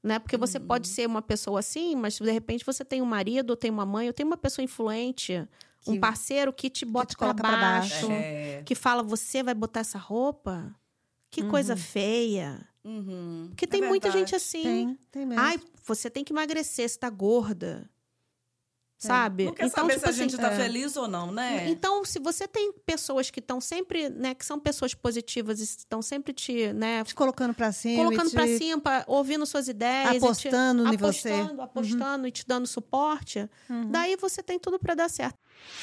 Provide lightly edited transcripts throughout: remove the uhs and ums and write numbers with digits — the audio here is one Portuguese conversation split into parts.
né? Porque você pode ser uma pessoa assim, mas de repente você tem um marido, ou tem uma mãe, ou tem uma pessoa influente, um parceiro que te bota pra baixo, que fala, você vai botar essa roupa? Que coisa feia. Porque tem muita gente assim. Tem mesmo. Ai, você tem que emagrecer, você tá gorda. Sabe? Não quer então, saber tipo se a gente assim, tá feliz ou não, né? Então, se você tem pessoas que estão sempre, né, que são pessoas positivas e estão sempre te, né, Te colocando pra cima. colocando pra cima, ouvindo suas ideias, Apostando em você. apostando e te dando suporte, daí você tem tudo pra dar certo.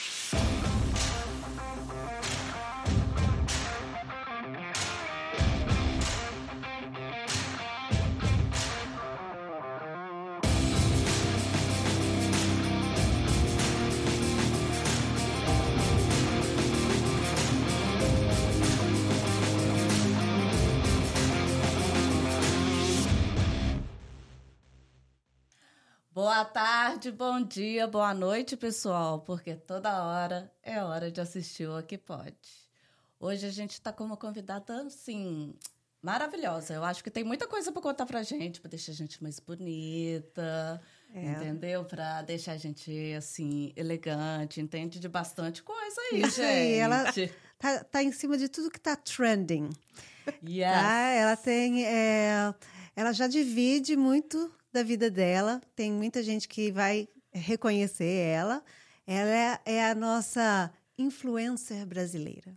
Boa tarde, bom dia, boa noite, pessoal, porque toda hora é hora de assistir o Aqui Pode. Hoje a gente está com uma convidada, assim, maravilhosa. Eu acho que tem muita coisa para contar pra gente, para deixar a gente mais bonita, entendeu? Para deixar a gente, assim, elegante, entende de bastante coisa aí, Isso gente. aí, ela tá em cima de tudo que tá trending. Yes. Tá? Ela tem... ela já divide muito da vida dela. Tem muita gente que vai reconhecer ela. Ela é a nossa influencer brasileira.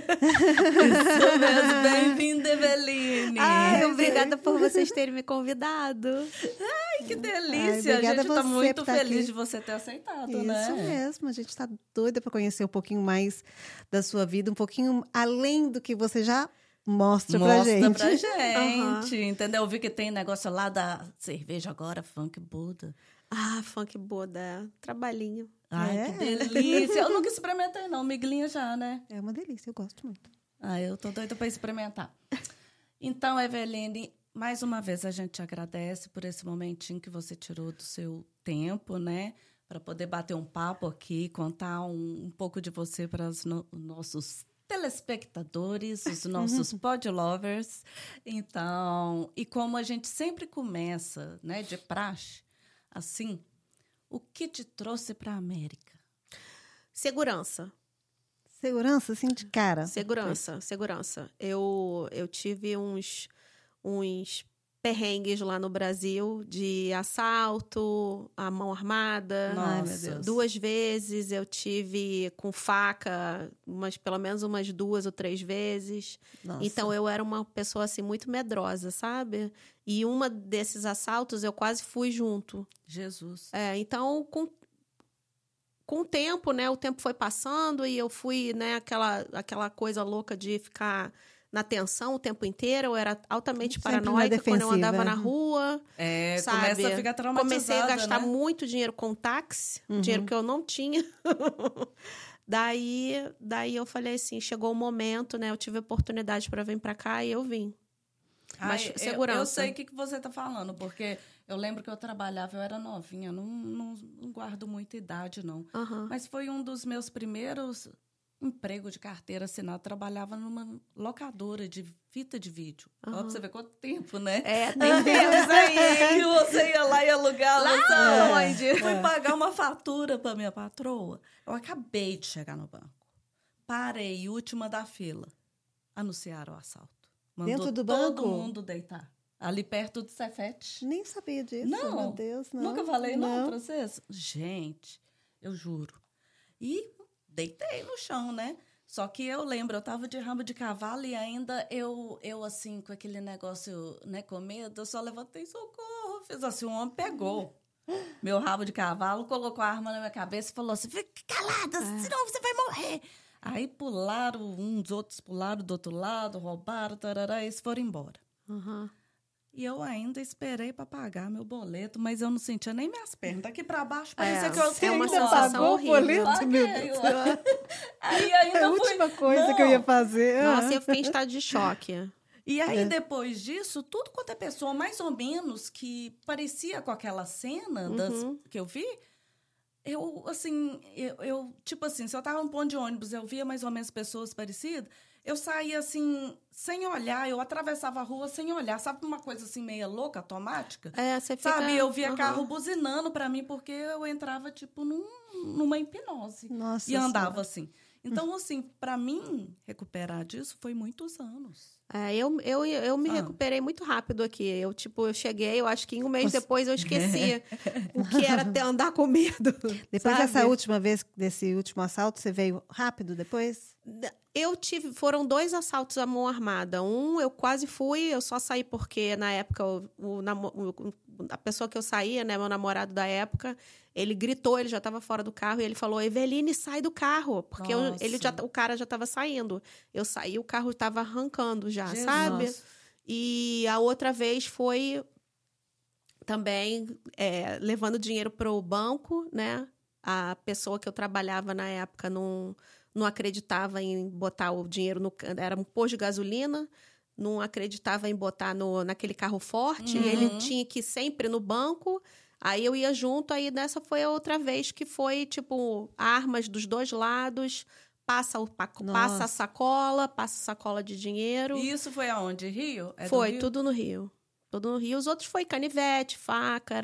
Isso mesmo, bem-vinda, Eveline. Ai, obrigada por vocês terem me convidado. Ai, que delícia. A gente está muito feliz de você ter aceitado, né? Isso mesmo, a gente está doida para conhecer um pouquinho mais da sua vida, um pouquinho além do que você já mostra pra gente. Mostra pra gente, entendeu? Eu vi que tem negócio lá da cerveja agora, Funk Buda. Ah, Funk Buda, trabalhinho. Ai, que delícia. Eu nunca experimentei, não. Miglinha já, né? É uma delícia, eu gosto muito. Ah, eu tô doida para experimentar. Então, Eveline, mais uma vez a gente agradece por esse momentinho que você tirou do seu tempo, né? Para poder bater um papo aqui, contar um pouco de você para os nossos telespectadores, os nossos podlovers. Então, e como a gente sempre começa, né, de praxe, assim, o que te trouxe para a América? Segurança. Segurança, assim, de cara? Segurança. Eu tive uns perrengues lá no Brasil de assalto, a mão armada. Ai, meu Deus. 2 vezes eu tive com faca, pelo menos umas 2 ou 3 vezes. Nossa. Então, eu era uma pessoa, assim, muito medrosa, sabe? E uma desses assaltos, eu quase fui junto. Jesus. Então, com o tempo, né? O tempo foi passando e eu fui, né? Aquela coisa louca de ficar na tensão o tempo inteiro. Eu era altamente paranoica quando eu andava na rua. Sabe? Começa a ficar traumatizada, comecei a gastar né? muito dinheiro com táxi, dinheiro que eu não tinha. Daí eu falei assim, chegou o momento, né? Eu tive a oportunidade para vir para cá e eu vim. Mas segurança. Eu sei o que você está falando, porque eu lembro que eu trabalhava, eu era novinha, não guardo muita idade, não. Mas foi um dos meus primeiros empregos de carteira assinada. Trabalhava numa locadora de fita de vídeo. Ó, pra você ver quanto tempo, né? Tem Deus aí. Que você ia lá e alugar. Lá onde? Fui pagar uma fatura para minha patroa. Eu acabei de chegar no banco. Parei, última da fila. Anunciaram o assalto. Mandou dentro do banco? Todo mundo deitar. Ali perto do Cefete. Nem sabia disso, Não. meu Deus. Não. Nunca falei não pra vocês? Gente, eu juro. E deitei no chão, né? Só que eu lembro, eu tava de rabo de cavalo e ainda eu assim, com aquele negócio, né, com medo, eu só levantei, socorro. Fiz assim, um homem pegou meu rabo de cavalo, colocou a arma na minha cabeça e falou assim, fica calada, senão você vai morrer. Aí pularam, uns outros pularam do outro lado, roubaram, tarará, e eles foram embora. E eu ainda esperei para pagar meu boleto, mas eu não sentia nem minhas pernas. Daqui para baixo, parecia que eu é uma Você sensação horrível. boleto, meu Deus. Aí ainda É a última coisa que eu ia fazer. Nossa, eu fiquei em estado de choque. E aí, depois disso, tudo quanto é pessoa, mais ou menos, que parecia com aquela cena que eu vi, eu, assim, tipo assim, se eu tava num ponto de ônibus, eu via mais ou menos pessoas parecidas, eu saía assim, sem olhar, eu atravessava a rua sem olhar. Sabe uma coisa assim, meio louca, automática? Você fica... Sabe, eu via carro buzinando pra mim, porque eu entrava, tipo, numa hipnose. Nossa e andava senhora. assim. Então, assim, pra mim, recuperar disso foi muitos anos. Eu me recuperei muito rápido aqui. Eu cheguei, eu acho que em um mês depois eu esqueci o que era andar com medo. Depois sabe? dessa última vez, desse último assalto, você veio rápido depois? Foram 2 assaltos à mão armada. Um, eu quase fui, eu só saí porque, na época, a pessoa que eu saía, né, meu namorado da época, ele gritou, ele já estava fora do carro, e ele falou, Eveline, sai do carro, porque o cara já estava saindo. Eu saí, o carro estava arrancando já, Jesus. sabe? E a outra vez foi também levando dinheiro para o banco, né? A pessoa que eu trabalhava na época não acreditava em botar o dinheiro era um posto de gasolina, não acreditava em botar naquele carro forte, e ele tinha que ir sempre no banco, aí eu ia junto, aí dessa foi a outra vez que foi, tipo, armas dos 2 lados, passa a sacola de dinheiro. E isso foi aonde? Rio? Foi, do Rio? tudo no Rio. Tudo no Rio. Os outros foi canivete, faca,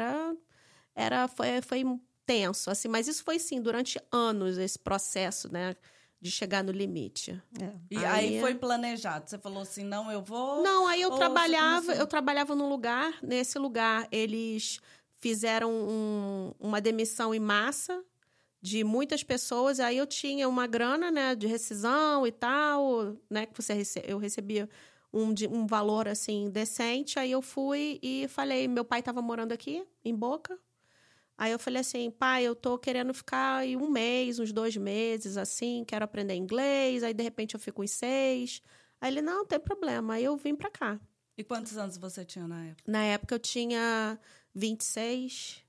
foi tenso, assim, mas isso foi, sim, durante anos, esse processo, né? De chegar no limite. E aí foi planejado? Você falou assim, não, eu vou... Não, aí eu trabalhava num lugar. Nesse lugar, eles fizeram uma demissão em massa de muitas pessoas. Aí eu tinha uma grana, né, de rescisão e tal, né, que eu recebia um valor, assim, decente. Aí eu fui e falei, meu pai estava morando aqui, em Boca. Aí eu falei assim, pai, eu tô querendo ficar aí 1 mês, uns 2 meses, assim, quero aprender inglês, aí de repente eu fico uns 6. Aí ele, não tem problema, aí eu vim pra cá. E quantos anos você tinha na época? Na época eu tinha 26,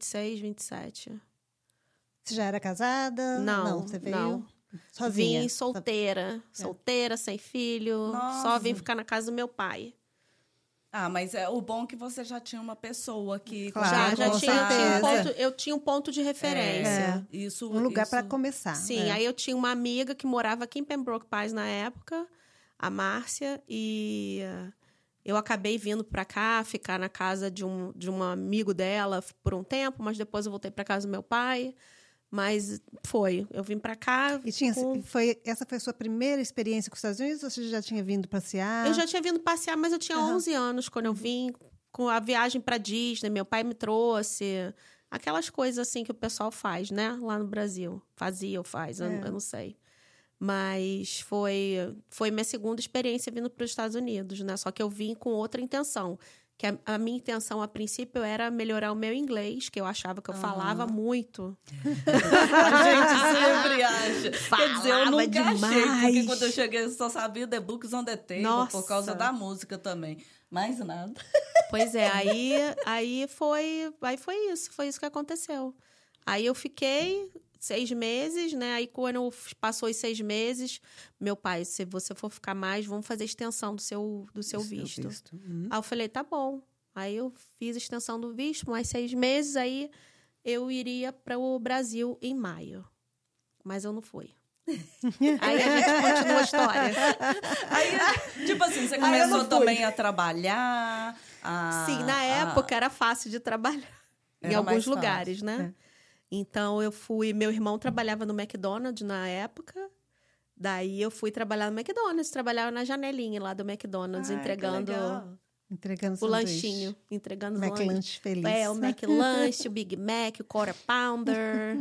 27. Você já era casada? Não, você veio não. sozinha? Vim solteira, sem filho, Nossa. só vim ficar na casa do meu pai. Ah, mas o bom é que você já tinha uma pessoa que... Claro, já com tinha certeza. eu tinha um ponto de referência. Isso, Um lugar para começar. Sim, aí eu tinha uma amiga que morava aqui em Pembroke Pines na época, a Márcia, e eu acabei vindo para cá, ficar na casa de um amigo dela por um tempo, mas depois eu voltei para casa do meu pai. Mas eu vim para cá. E essa foi a sua primeira experiência com os Estados Unidos ou você já tinha vindo passear? Eu já tinha vindo passear, mas eu tinha 11 anos quando eu vim, com a viagem para Disney. Meu pai me trouxe. Aquelas coisas assim que o pessoal faz, né? Lá no Brasil. Fazia ou faz, eu não sei. Mas foi minha segunda experiência vindo para os Estados Unidos, né? Só que eu vim com outra intenção. Que a minha intenção, a princípio, era melhorar o meu inglês, que eu achava que eu falava muito. A gente sempre acha. Falava Quer dizer, eu nunca demais. achei, porque quando eu cheguei, eu só sabia The Books on the Table, Nossa. por causa da música também. Mais nada. Pois é, aí foi isso que aconteceu. Aí eu fiquei 6 meses, né? Aí quando passou os 6 meses, meu pai, se você for ficar mais, vamos fazer extensão do seu visto. Aí eu falei, tá bom. Aí eu fiz extensão do visto, mais 6 meses, aí eu iria para o Brasil em maio. Mas eu não fui. Aí a gente continua a história. Aí, tipo assim, você começou também a trabalhar? Sim, na época era fácil de trabalhar. Em alguns lugares, né? Então, meu irmão trabalhava no McDonald's na época, daí eu fui trabalhar no McDonald's, trabalhava na janelinha lá do McDonald's, entregando o lanchinho, entregando o McLanche feliz. O McLanche, o Big Mac, o Quarter Pounder.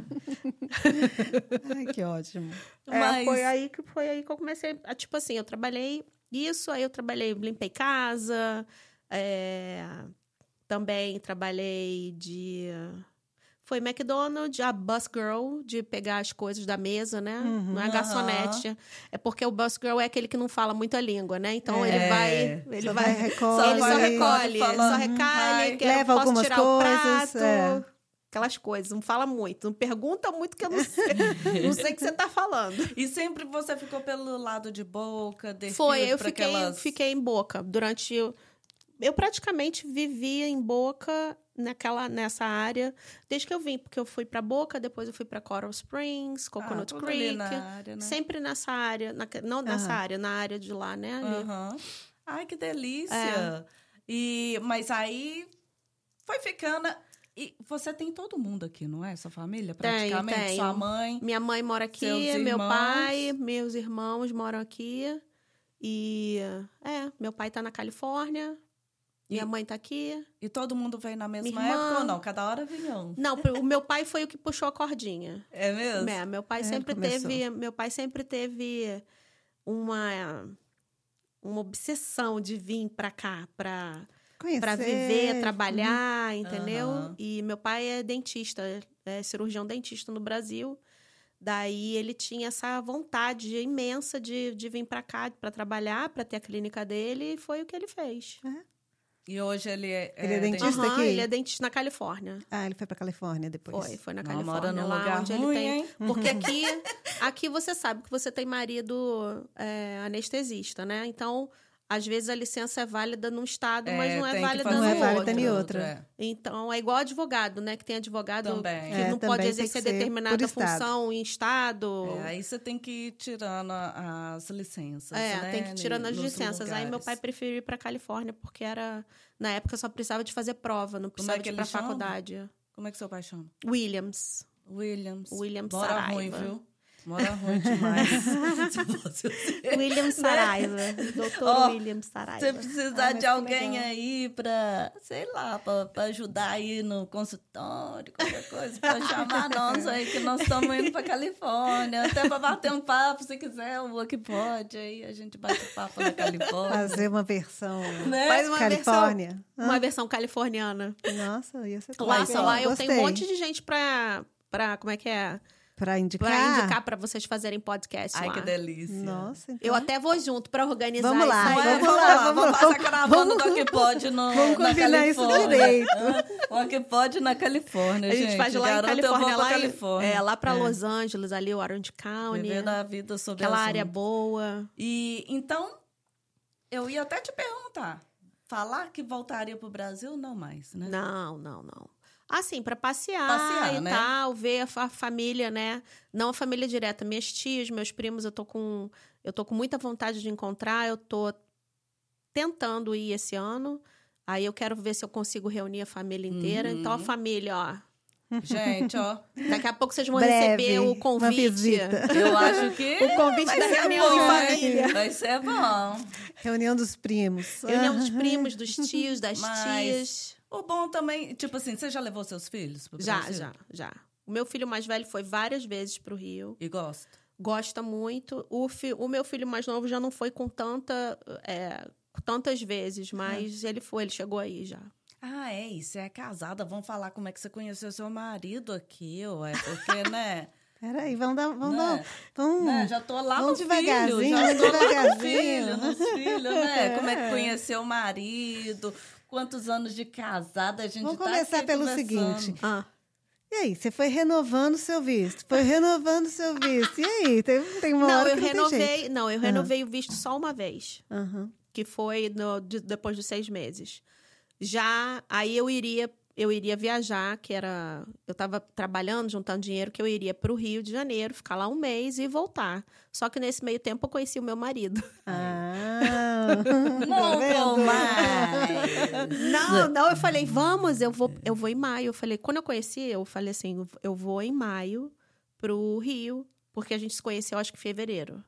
Ai, que ótimo. Mas... foi aí que eu comecei, tipo assim, eu trabalhei isso, aí eu limpei casa, também trabalhei Foi McDonald's, a bus girl, de pegar as coisas da mesa, né? Não é garçonete. É porque o bus girl é aquele que não fala muito a língua, né? Então ele só recolhe, leva posso algumas tirar coisas, o prato, aquelas coisas. Não fala muito, não pergunta muito que eu não sei, não sei o que você tá falando. E sempre você ficou pelo lado de Boca? Foi, eu fiquei em Boca durante eu praticamente vivia em Boca, nessa área, desde que eu vim. Porque eu fui para Boca, depois eu fui para Coral Springs, Coconut Creek. Na área, né? Sempre nessa área. Não nessa área, na área de lá, né? Ali. Ai, que delícia! Mas aí foi ficando... E você tem todo mundo aqui, não é? Sua família, praticamente? Tenho. Sua mãe? Minha mãe mora aqui, meu pai, meus irmãos moram aqui. E, meu pai tá na Califórnia, minha mãe tá aqui. E todo mundo veio na mesma época ou não? Cada hora vinha um? Não, o meu pai foi o que puxou a cordinha. É mesmo? Meu pai sempre teve uma obsessão de vir pra cá, pra viver, trabalhar, entendeu? E meu pai é dentista, é cirurgião dentista no Brasil. Daí ele tinha essa vontade imensa de vir para cá para trabalhar, para ter a clínica dele, e foi o que ele fez. E hoje ele é dentista aqui? Ele é dentista na Califórnia. Ele foi para Califórnia depois. Foi na Califórnia. Mora num lá lugar onde ruim, ele tem. hein? Porque aqui você sabe que você tem marido anestesista, né? Então, às vezes a licença é válida num estado, mas não é válida no outro. Então, é igual advogado, né? Que tem advogado também. que não pode exercer determinada função em estado. Aí você tem que ir tirando as licenças, né? Tem que ir tirando as licenças. Lugares. Aí meu pai preferiu ir pra Califórnia, porque na época só precisava de fazer prova, não precisava de ir pra faculdade. Como é que seu pai chama? Williams Mora Saraiva. ruim, viu? Mora ruim demais. William Saraiva. Doutor William Saraiva. Se precisar de alguém aí pra, sei lá, pra ajudar aí no consultório, qualquer coisa, pode chamar nós aí, que nós estamos indo pra Califórnia. Até pra bater um papo, se quiser, o que pode. Aí a gente bate papo na Califórnia. Fazer uma versão, né? Faz uma Califórnia. Uma versão californiana. Nossa, ia ser lá eu tenho um monte de gente pra como é que é? Pra indicar? Pra indicar pra vocês fazerem podcast lá. Ai, que delícia. Nossa, então... Eu até vou junto pra organizar vamos lá, isso. Vamos fazer a caravana do Que Pode na Califórnia. Vamos combinar isso direito. O Que Pode na Califórnia, gente. A gente faz lá em Califórnia. Lá pra Los Angeles, ali, o Orange County. Vivendo a vida sobre aquela área boa. E, então, eu ia até te perguntar. Falar que voltaria pro Brasil, não mais, né? Não. Assim, para passear e tal, ver a família, né? Não a família direta, minhas tias, meus primos, eu tô com muita vontade de encontrar, eu tô tentando ir esse ano. Aí eu quero ver se eu consigo reunir a família inteira. Então, a família, ó. Gente, ó. Daqui a pouco vocês vão receber o convite. Uma visita. Eu acho que o convite da reunião de família. Vai ser bom. Reunião dos primos. Reunião dos primos, dos tios, das tias. O bom também, tipo assim, você já levou seus filhos pro Brasil? Já. O meu filho mais velho foi várias vezes pro Rio. E gosta? Gosta muito. O meu filho mais novo já não foi com tantas vezes, mas ele chegou aí já. E você é casada, vamos falar como é que você conheceu seu marido aqui, ué, porque, né... Peraí, vamos já tô lá vamos no devagarzinho, filho, já tô lá nos filhos, né? Como é que conheceu o marido... Quantos anos de casada a gente Vamos começar pelo seguinte. E aí, você foi renovando seu visto. E aí, tem uma hora que não tem jeito. Não, eu renovei o visto só uma vez. Que foi depois de 6 meses. Aí eu iria viajar, eu estava trabalhando, juntando dinheiro, que eu iria para o Rio de Janeiro, ficar lá um mês e voltar. Só que nesse meio tempo eu conheci o meu marido. Não vou mais. Não, eu falei, vamos, eu vou em maio. Eu falei, quando eu conheci, eu falei assim, eu vou em maio pro Rio, porque a gente se conheceu, acho que em fevereiro.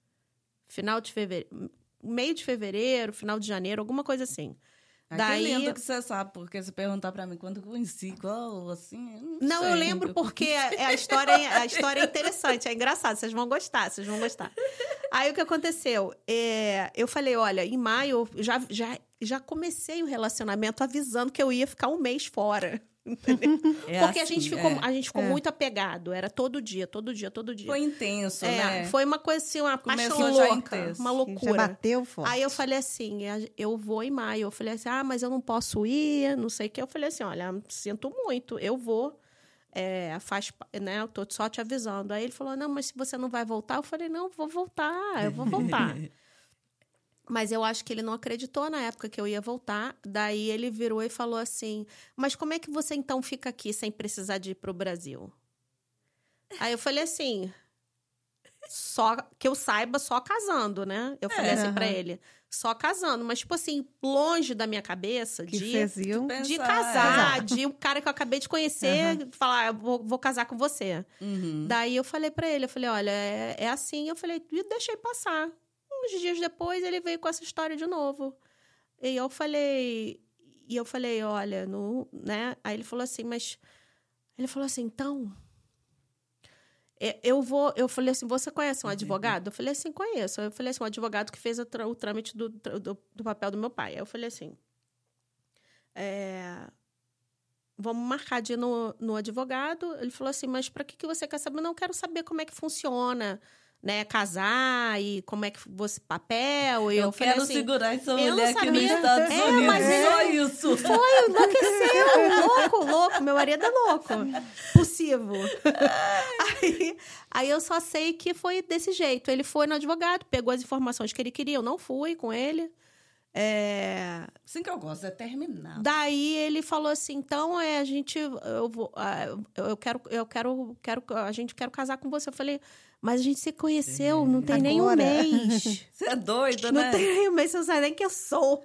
Meio de fevereiro, final de janeiro, alguma coisa assim. Daí... Que lindo que você sabe, porque se perguntar pra mim quando eu conheci, qual, assim... Não, eu lembro porque a história é interessante, é engraçado, vocês vão gostar. Aí o que aconteceu? Eu falei, olha, em maio já comecei o relacionamento avisando que eu ia ficar um mês fora. Porque a gente ficou muito apegado, era todo dia. Foi intenso, né? Foi uma coisa assim, uma paixão louca, uma loucura. Já bateu forte. Aí eu falei assim, eu vou em maio. Eu falei assim, mas eu não posso ir, não sei o que. Eu falei assim, olha, sinto muito, eu vou. Né? Eu tô só te avisando. Aí ele falou, não, mas se você não vai voltar, eu falei, não, eu vou voltar. Mas eu acho que ele não acreditou na época que eu ia voltar. Daí ele virou e falou assim, mas como é que você então fica aqui sem precisar de ir pro Brasil? Aí eu falei assim, só que eu saiba, só casando, né? Eu falei assim pra ele, só casando. Mas, tipo assim, longe da minha cabeça de casar, de um cara que eu acabei de conhecer, falar, eu vou casar com você. Daí eu falei pra ele, eu falei, olha, é assim. Eu falei, e deixei passar. Uns dias depois, ele veio com essa história de novo. E eu falei, olha, não, né? Aí ele falou assim, então... Eu falei assim, você conhece um advogado? Eu falei assim, conheço. Eu falei assim, um advogado que fez o trâmite do papel do meu pai. Aí eu falei assim, vamos marcar de ir no advogado. Ele falou assim, mas para que você quer saber? Não, eu quero saber como é que funciona, né? Casar e como é que você... Papel. Eu falei quero assim, segurar essa mulher aqui nos Estados Unidos. Mas só isso. Foi, enlouqueceu. Louco. Meu marido é louco. Possível. Aí eu só sei que foi desse jeito. Ele foi no advogado, pegou as informações que ele queria. Eu não fui com ele. Assim que eu gosto, é terminar. Daí ele falou assim, então a gente... a gente quer casar com você. Eu falei... Mas a gente se conheceu, não tem nem um mês. Você é doida, né? Não tem nem um mês, você não sabe nem quem eu sou.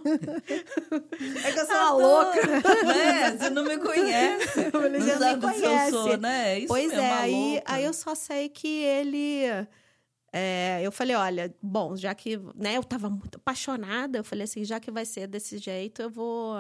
É que eu sou uma louca. Né? Você não me conhece. Não sabe se eu sou, né? Isso pois mesmo, aí eu só sei que ele... eu falei, olha, bom, já que... né, eu tava muito apaixonada, eu falei assim, já que vai ser desse jeito, eu vou...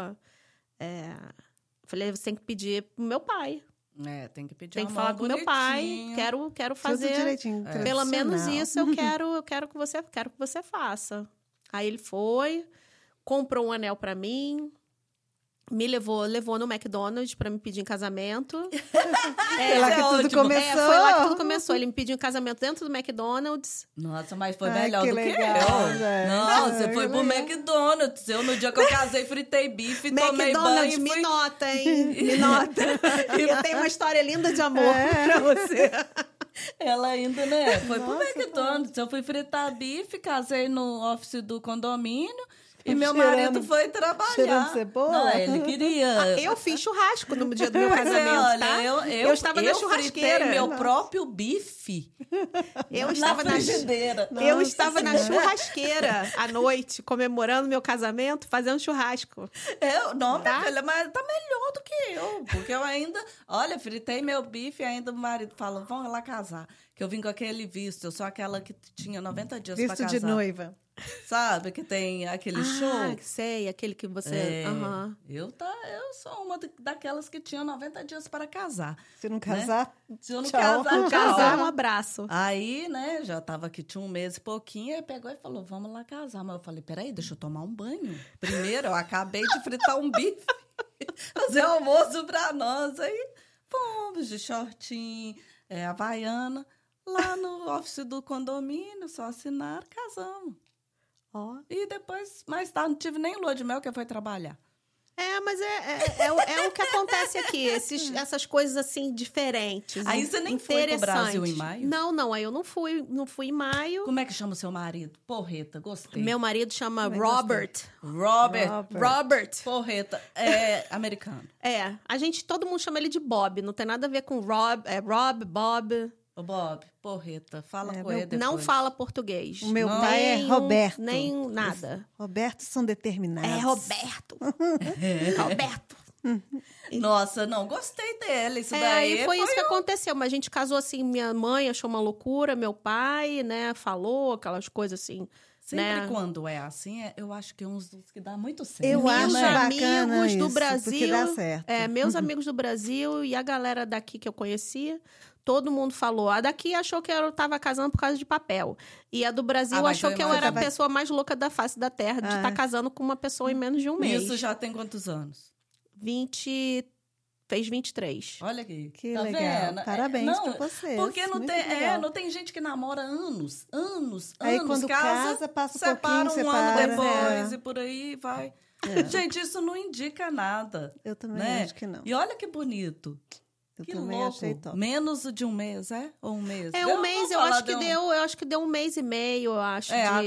falei, você tem que pedir pro meu pai. Tem que pedir. Tem que falar com meu pai. Quero fazer. Tudo direitinho, pelo menos isso eu quero que você faça. Aí ele foi, comprou um anel pra mim, me levou no McDonald's pra me pedir em casamento. Foi lá que tudo começou. Foi lá que tudo começou. Ele me pediu em casamento dentro do McDonald's. Nossa, mas foi melhor do legal, que eu. Gente. Não, você foi pro McDonald's. Eu, no dia que eu casei, fritei bife, tomei banho. McDonald's, me nota, hein? Me nota. Eu tenho uma história linda de amor pra você. Ela ainda, né? Foi pro McDonald's. Eu fui fritar bife, casei no office do condomínio. E meu marido foi trabalhar. Cheirando cebola? Não, ele queria... Eu fiz churrasco no dia do meu casamento, olha, tá? Eu estava na churrasqueira. Meu próprio bife na frigideira. Eu estava na churrasqueira à noite, comemorando meu casamento, fazendo churrasco. Não, minha filha, mas tá melhor do que eu. Porque eu ainda... Olha, fritei meu bife e ainda o marido falou, vamos lá casar. Que eu vim com aquele visto. Eu sou aquela que tinha 90 dias pra casar. Visto de noiva. Sabe, que tem aquele show. Sei, aquele que você... Eu sou uma daquelas que tinha 90 dias para casar. Se não casar, né? Se eu não tchau. casar, um abraço. Aí, né, já tava aqui, tinha um mês e pouquinho, aí pegou e falou, vamos lá casar. Mas eu falei, peraí, deixa eu tomar um banho. Primeiro, eu acabei de fritar um bife, fazer almoço pra nós. Aí, fomos de shortinho, havaiana, lá no office do condomínio, só assinar, casamos. E depois, mais tarde, não tive nem lua de mel, que foi trabalhar. Mas é o que acontece aqui, essas coisas assim, diferentes. Aí você nem foi pro Brasil em maio? Não, aí eu não fui em maio. Como é que chama o seu marido? Porreta, gostei. Meu marido chama Robert. Robert. Porreta, americano. Todo mundo chama ele de Bob, não tem nada a ver com Rob, Bob. Ô, Bob, porreta, fala com ele depois. Não fala português. O meu pai é Roberto. Nem nada. Roberto são determinados. Roberto. Roberto. Nossa, não, gostei dele. Isso daí foi isso que aconteceu. Mas a gente casou assim, minha mãe achou uma loucura, meu pai, né, falou aquelas coisas assim. Sempre quando é assim, eu acho que é uns que dá muito certo. Eu acho bacana amigos do isso, Brasil, porque dá certo. Meus amigos do Brasil e a galera daqui que eu conhecia, todo mundo falou. A daqui achou que eu estava casando por causa de papel. E a do Brasil achou que eu era a pessoa mais louca da face da terra, de estar casando com uma pessoa em menos de um mês. Isso já tem quantos anos? Fez 23. Olha aqui. Que tá legal. vendo? Parabéns pra vocês. Porque não tem gente que namora anos. Aí quando casa, passa um pouquinho, separa um ano depois e por aí vai. Gente, isso não indica nada. Eu também acho que não. E olha que bonito. Eu que também louco. achei top. Menos de um mês, é? Ou um mês? Um mês, eu acho que deu um mês e meio, eu acho,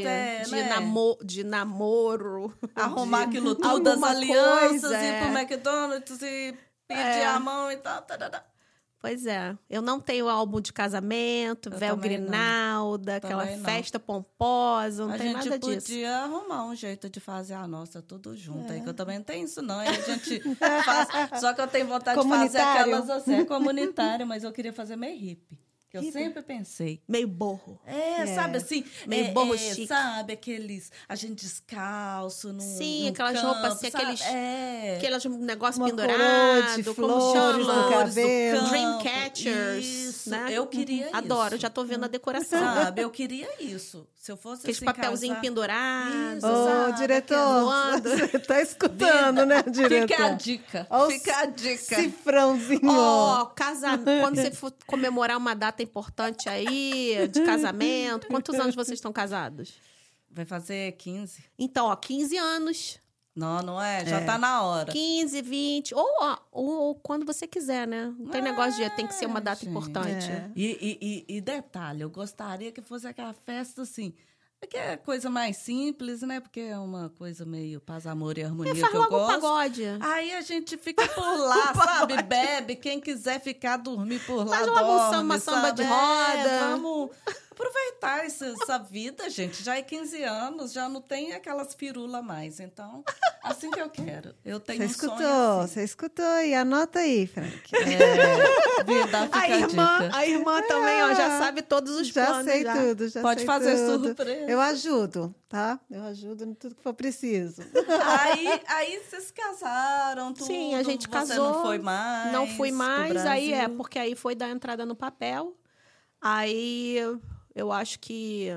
de namoro. Arrumar aquilo tudo, as alianças, ir pro é. McDonald's e pedir a mão e tal. Pois é. Eu não tenho álbum de casamento, véu grinalda, aquela festa pomposa, não tem nada disso. A gente podia arrumar um jeito de fazer a nossa tudo junto aí, que eu também não tenho isso, não. Aí a gente faz... Só que eu tenho vontade de fazer aquelas assim, comunitária, mas eu queria fazer meio hippie. Que eu sempre pensei. Meio borro. Sabe assim? Meio borro chique. Sabe, aqueles... A gente descalço num aquelas campo, roupas assim, aqueles negócios pendurados. Flores no cabelo. Dreamcatchers. Isso, né? eu queria isso. Adoro, já tô vendo a decoração. Sabe, eu queria isso. Se eu fosse aqueles assim, papelzinho pendurado. Ô, diretor, você tá escutando, né, diretor? Fica a dica. Fica a dica. Cifrãozinho. Casamento. Quando você for comemorar uma data importante aí, de casamento. Quantos anos vocês estão casados? Vai fazer 15. Então, 15 anos. Não é? Já tá na hora. 15, 20. Ou quando você quiser, né? Não tem negócio de tem que ser uma data importante. E detalhe, eu gostaria que fosse aquela festa assim... Que é coisa mais simples, né? Porque é uma coisa meio paz, amor e harmonia que eu gosto. Pagode. Aí a gente fica por lá, sabe? Bebe. Quem quiser ficar, dormir por lá, faz dorme. Uma samba de roda. Vamos aproveitar essa vida, gente. Já é 15 anos, já não tem aquelas firulas mais. Então, assim que eu quero. Eu tenho um sonho assim. Você escutou. E anota aí, Frank. Vida, fica a irmã também, já sabe todos os planos. Já sei tudo. Pode fazer surpresa. Eu ajudo, tá? Eu ajudo em tudo que for preciso. Aí vocês casaram, tudo. Sim, a gente casou. Você não foi mais. Não fui mais. Aí porque aí foi dar entrada no papel. Aí eu acho que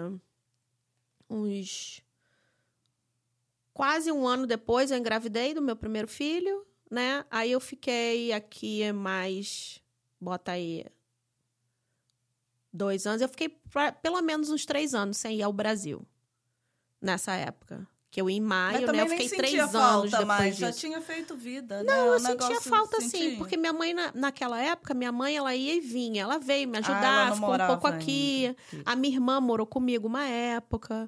quase um ano depois eu engravidei do meu primeiro filho, né? Aí eu fiquei aqui mais, bota aí, 2 anos. Eu fiquei pelo menos uns 3 anos sem ir ao Brasil nessa época. Que eu ia em maio, né? Eu fiquei 3 anos depois disso. Já tinha feito vida, né? Não, eu sentia falta sim, porque minha mãe, naquela época, ela ia e vinha. Ela veio me ajudar, ficou um pouco aqui. A minha irmã morou comigo uma época.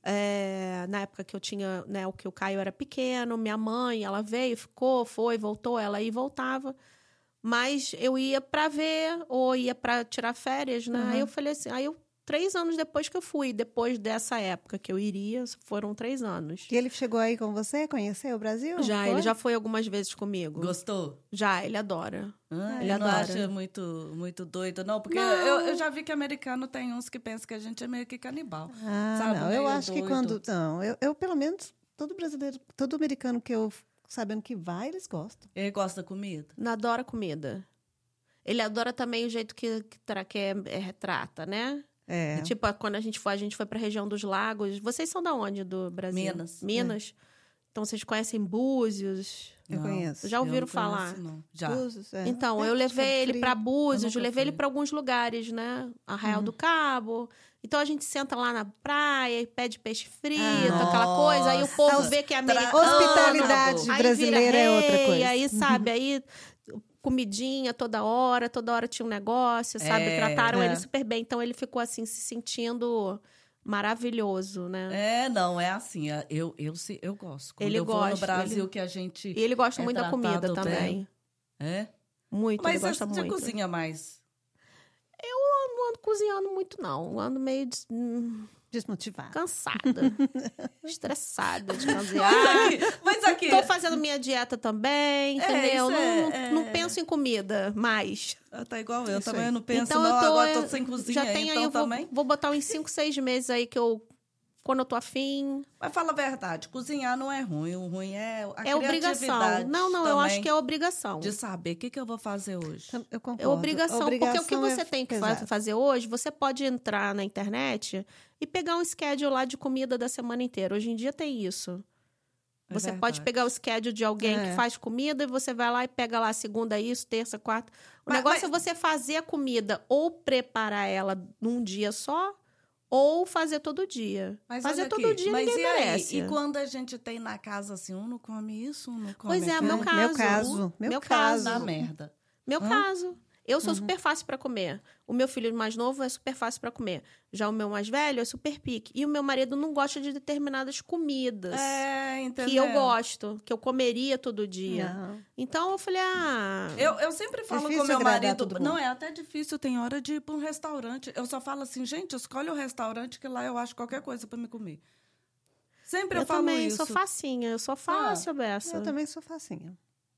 Na época que eu tinha, né, que o Caio era pequeno. Minha mãe, ela veio, ficou, foi, voltou. Ela ia e voltava. Mas eu ia para ver, ou ia para tirar férias, né? Aí eu falei assim, 3 anos depois que eu fui, depois dessa época que eu iria, foram 3 anos. E ele chegou aí com você? Conheceu o Brasil? Ele já foi algumas vezes comigo. Gostou? Já, ele adora. Ele adora. Não acha muito doido, não? Porque eu já vi que americano tem uns que pensam que a gente é meio que canibal. Sabe? Não, eu acho que quando... Não, eu pelo menos, todo brasileiro, todo americano que eu sabendo que vai, eles gostam. Ele gosta da comida? Não, adora comida. Ele adora também o jeito que retrata, né? Tipo, quando a gente foi para a região dos lagos. Vocês são da onde do Brasil? Minas. Então, vocês conhecem Búzios? Eu conheço. Já ouviram falar? Conheço, não. Já. Búzios, Então, eu levei ele para Búzios, levei ele para alguns lugares, né? Arraial do Cabo. Então, a gente senta lá na praia e pede peixe frito, aquela coisa. Aí o povo vê que é americano. Hospitalidade brasileira é outra coisa. Aí, sabe, aí... comidinha toda hora tinha um negócio, sabe? Trataram ele super bem. Então, ele ficou, assim, se sentindo maravilhoso, né? Não, é assim. Eu gosto. Quando ele vou no Brasil, que a gente... E ele gosta muito da comida também. Muito, mas ele gosta muito. Mas você cozinha mais? Eu não ando cozinhando muito, não. Eu ando meio... desmotivada. Cansada. Estressada de cozinhar. Mas aqui... Tô fazendo minha dieta também, entendeu? Não penso em comida mais. Tá igual eu também. Eu não penso, então, agora tô sem cozinha. Já tenho aí, vou botar uns 5, 6 meses aí quando eu tô afim. Mas fala a verdade, cozinhar não é ruim. O ruim é a criatividade. Obrigação. Não, eu acho que é obrigação. De saber o que eu vou fazer hoje. Eu concordo. É obrigação, porque o que você tem que fazer hoje, você pode entrar na internet e pegar um schedule lá de comida da semana inteira. Hoje em dia tem isso. Você pode pegar o schedule de alguém que faz comida e você vai lá e pega lá segunda isso, terça, quarta. O negócio é você fazer a comida ou preparar ela num dia só ou fazer todo dia. Fazer todo dia ninguém merece. E quando a gente tem na casa assim, um não come isso, um não come aquilo. Pois é, meu caso. Na merda. Meu caso. Eu sou super fácil para comer. O meu filho mais novo é super fácil para comer. Já o meu mais velho é super pique. E o meu marido não gosta de determinadas comidas. Entendeu? Que eu gosto, que eu comeria todo dia. Não. Então, eu falei, Eu sempre falo com o meu marido... Não, é até difícil, tem hora de ir para um restaurante. Eu só falo assim, gente, escolhe o restaurante que lá eu acho qualquer coisa para me comer. Sempre eu falo isso. Eu também sou facinha, eu sou fácil, Bessa. Eu também sou facinha.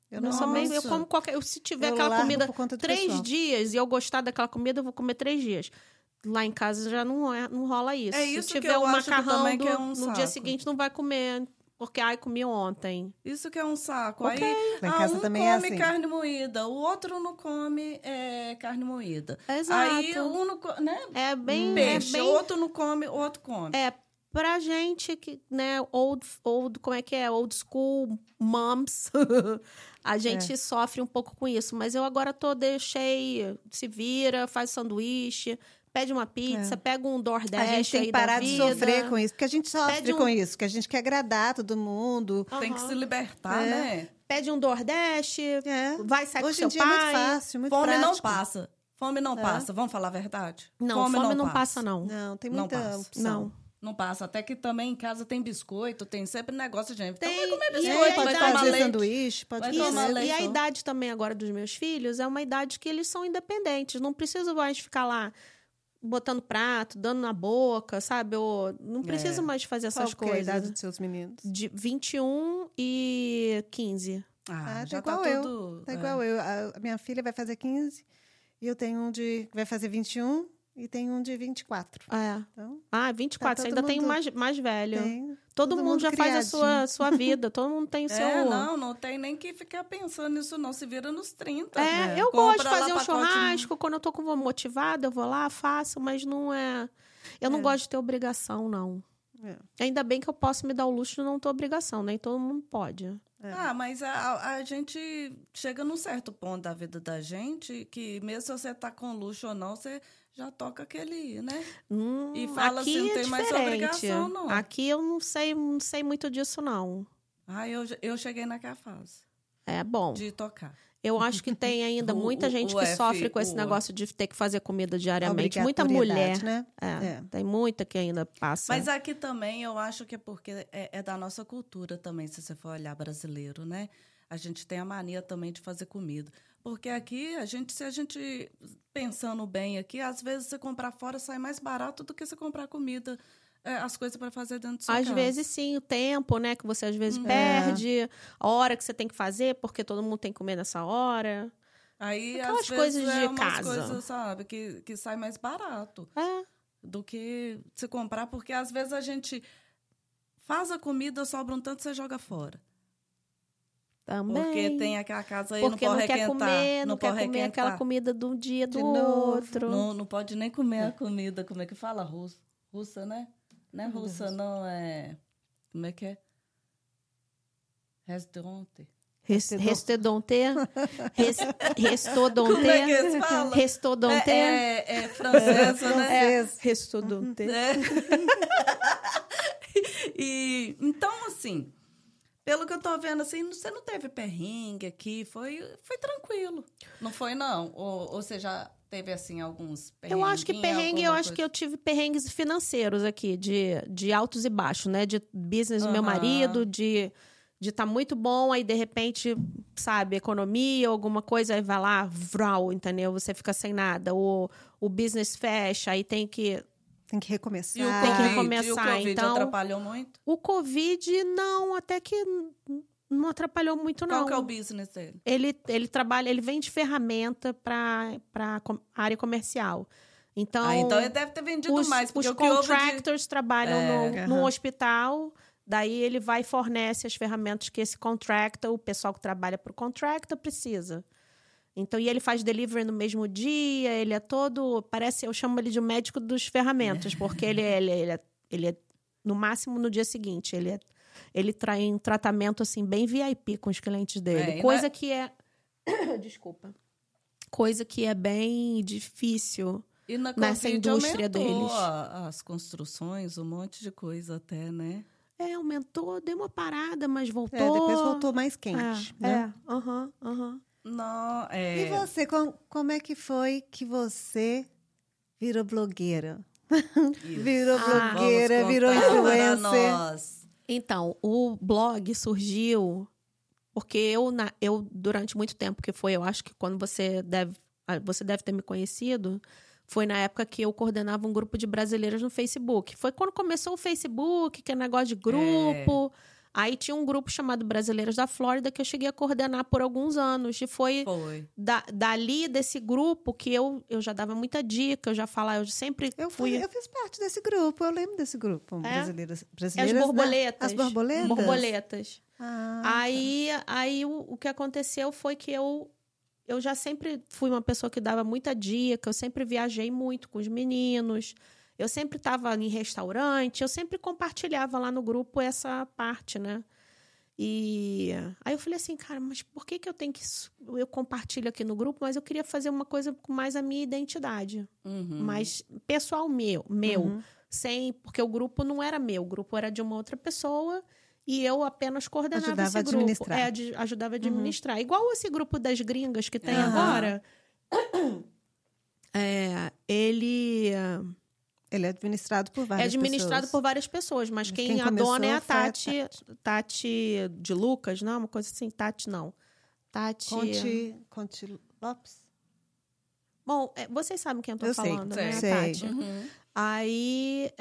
Eu como qualquer... Se tiver aquela comida 3 dias e eu gostar daquela comida, eu vou comer 3 dias. Lá em casa já não rola isso. É isso Se tiver que eu um acho macarrão que é um no dia seguinte, não vai comer... Porque, comi ontem. Isso que é um saco. Okay. Aí, lá em casa também come é assim. carne moída, o outro não come carne moída. Exato. Aí, um não come, né? É bem... Peixe, o outro não come, o outro come. Pra gente que, né, como é que é? Old school moms, a gente sofre um pouco com isso. Mas eu agora deixei, se vira, faz sanduíche, pede uma pizza, pega um DoorDash. A gente tem que parar de sofrer com isso, porque a gente sofre com isso, que a gente quer agradar todo mundo. Tem que se libertar, né? Pede um DoorDash, vai sair com seu pai. Hoje em dia é muito fácil, muito Fome prático. não passa. Fome não passa, vamos falar a verdade? Não, fome não passa, não. Não, tem muita opção. Não passa. Até que também em casa tem biscoito, tem sempre negócio, gente. Tem, então vai comer biscoito, pode fazer sanduíche, pode tomar leite. E a idade também agora dos meus filhos é uma idade que eles são independentes. Não preciso mais ficar lá botando prato, dando na boca, sabe? Eu não preciso mais fazer essas coisas. Qual é a idade dos seus meninos? De 21 e 15. Já igual tá tudo... Tá igual eu. A minha filha vai fazer 15 e eu tenho um que vai fazer 21... E tem um de 24. Então, 24. Você ainda tem um mais velho. Todo mundo já criadinho. faz a sua vida. Todo mundo tem o seu... Não tem nem que ficar pensando nisso, não. Se vira nos 30. Eu gosto de fazer um churrasco. Quando eu tô motivada, eu vou lá, faço. Mas não é... Eu não gosto de ter obrigação, não. Ainda bem que eu posso me dar o luxo de não ter obrigação. Nem todo mundo pode. Mas a gente chega num certo ponto da vida da gente que mesmo se você tá com luxo ou não, você já toca aquele, né? E fala assim, não tem mais obrigação, não. Aqui eu não sei muito disso, não. Eu cheguei naquela fase. É bom. De tocar. Eu acho que tem ainda muita gente que sofre com esse negócio de ter que fazer comida diariamente. Muita mulher. Né? Tem muita que ainda passa. Mas aqui também eu acho que é porque é da nossa cultura também, se você for olhar brasileiro, né? A gente tem a mania também de fazer comida. Porque aqui, se a gente pensando bem aqui, às vezes você comprar fora sai mais barato do que você comprar comida. As coisas para fazer dentro de sua casa. Às vezes, sim, o tempo, né? Que você às vezes perde, a hora que você tem que fazer, porque todo mundo tem que comer nessa hora. Aí, aquelas às coisas vezes, de casa. Coisas, sabe, que sai mais barato do que você comprar, porque às vezes a gente faz a comida, sobra um tanto, você joga fora. Também. Porque tem aquela casa aí, porque não pode requentar. Não quer requentar. comer aquela comida do dia do outro. Não pode nem comer a comida, como é que fala? Russa, né? Não é russa, não, é... Como é que é? Restaurante. Restodonte? Restodonte? Como é que se fala? Restodonte? É francesa, né? Restodonte. E, então, assim, pelo que eu tô vendo, assim, você não teve perrengue aqui, foi tranquilo. Não foi, não? Ou você já teve, assim, alguns perrengues? Eu acho que que eu tive perrengues financeiros aqui, de altos e baixos, né? De business do meu marido, de estar muito bom, aí de repente, sabe, economia, alguma coisa, aí vai lá, vral, entendeu? Você fica sem nada. O business fecha, aí tem que recomeçar. E o COVID então, atrapalhou muito? O Covid, não, até que não atrapalhou muito, não. Qual que é o business dele? Ele vende ferramenta para a área comercial. Então, então ele deve ter vendido mais. Porque os contractors trabalham no hospital, daí ele vai e fornece as ferramentas que esse contractor, o pessoal que trabalha para o contractor, precisa. Então, e ele faz delivery no mesmo dia, ele é todo... eu chamo ele de um médico dos ferramentas, porque ele é, no máximo, no dia seguinte. Ele traz um tratamento, assim, bem VIP com os clientes dele. Coisa que é... Desculpa. Coisa que é bem difícil e na nessa indústria deles. As construções, um monte de coisa até, né? Aumentou, deu uma parada, mas voltou. Depois voltou mais quente, né? Não, E você, como é que foi que você virou blogueira? Virou blogueira, virou influencer. Então, o blog surgiu porque eu durante muito tempo, que foi, eu acho que quando você deve ter me conhecido, foi na época que eu coordenava um grupo de brasileiras no Facebook. Foi quando começou o Facebook, que é negócio de grupo. Aí tinha um grupo chamado Brasileiras da Flórida que eu cheguei a coordenar por alguns anos. E foi. Dali, desse grupo, que eu já dava muita dica, eu já falava, eu sempre fui... Eu fiz parte desse grupo, eu lembro desse grupo. Brasileiras As borboletas. As borboletas? Borboletas. Aí o que aconteceu foi que eu já sempre fui uma pessoa que dava muita dica, eu sempre viajei muito com os meninos, eu sempre estava em restaurante, eu sempre compartilhava lá no grupo essa parte, né? E aí eu falei assim, cara, mas por que eu tenho que... Eu compartilho aqui no grupo, mas eu queria fazer uma coisa com mais a minha identidade. Mais pessoal meu. Porque o grupo não era meu, o grupo era de uma outra pessoa... E eu apenas coordenava esse grupo. Ajudava a administrar. Igual esse grupo das gringas que tem agora. Ele é administrado por várias pessoas. É administrado por várias pessoas, mas quem a dona é a Tati. Tati de Lucas, não? Uma coisa assim. Tati, não. Tati... Conte Lopes? Bom, vocês sabem quem eu tô falando, né? Sei. Tati. Aí...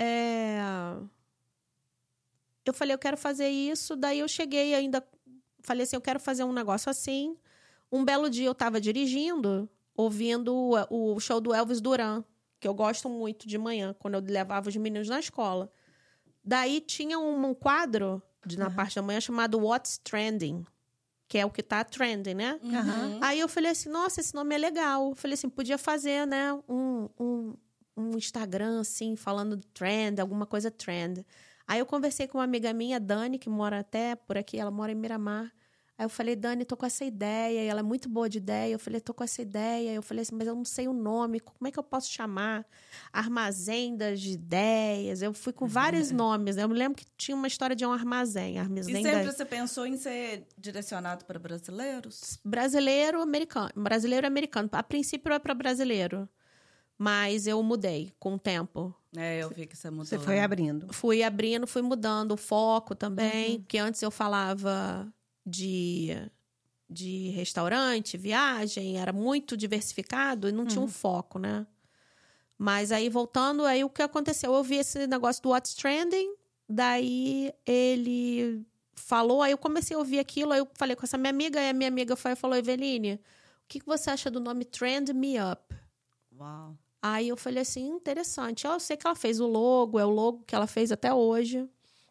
Eu falei, eu quero fazer isso. Daí eu cheguei ainda... Falei assim, eu quero fazer um negócio assim. Um belo dia eu estava dirigindo, ouvindo o show do Elvis Duran, que eu gosto muito de manhã, quando eu levava os meninos na escola. Daí tinha um quadro na parte da manhã chamado What's Trending, que é o que tá trending, né? Aí eu falei assim, nossa, esse nome é legal. Eu falei assim, podia fazer, né, um Instagram, assim, falando de trend, alguma coisa trend. Aí eu conversei com uma amiga minha, Dani, que mora até por aqui, ela mora em Miramar. Aí eu falei, Dani, tô com essa ideia, e ela é muito boa de ideia. Eu falei, tô com essa ideia. Eu falei assim, mas eu não sei o nome, como é que eu posso chamar? Armazém das ideias. Eu fui com vários nomes. Eu me lembro que tinha uma história de um armazém. E sempre você pensou em ser direcionado para brasileiros? Brasileiro americano. A princípio era para brasileiro. Mas eu mudei com o tempo. Eu vi que você mudou. Você foi abrindo. Fui abrindo, fui mudando o foco também. Porque antes eu falava de restaurante, viagem. Era muito diversificado e não tinha um foco, né? Mas aí, voltando, aí o que aconteceu? Eu vi esse negócio do What's Trending. Daí, ele falou. Aí eu comecei a ouvir aquilo. Aí eu falei com essa minha amiga. E a minha amiga falou, Eveline, o que você acha do nome Trend Me Up? Uau! Aí eu falei assim, interessante. Eu sei que ela fez o logo, é o logo que ela fez até hoje.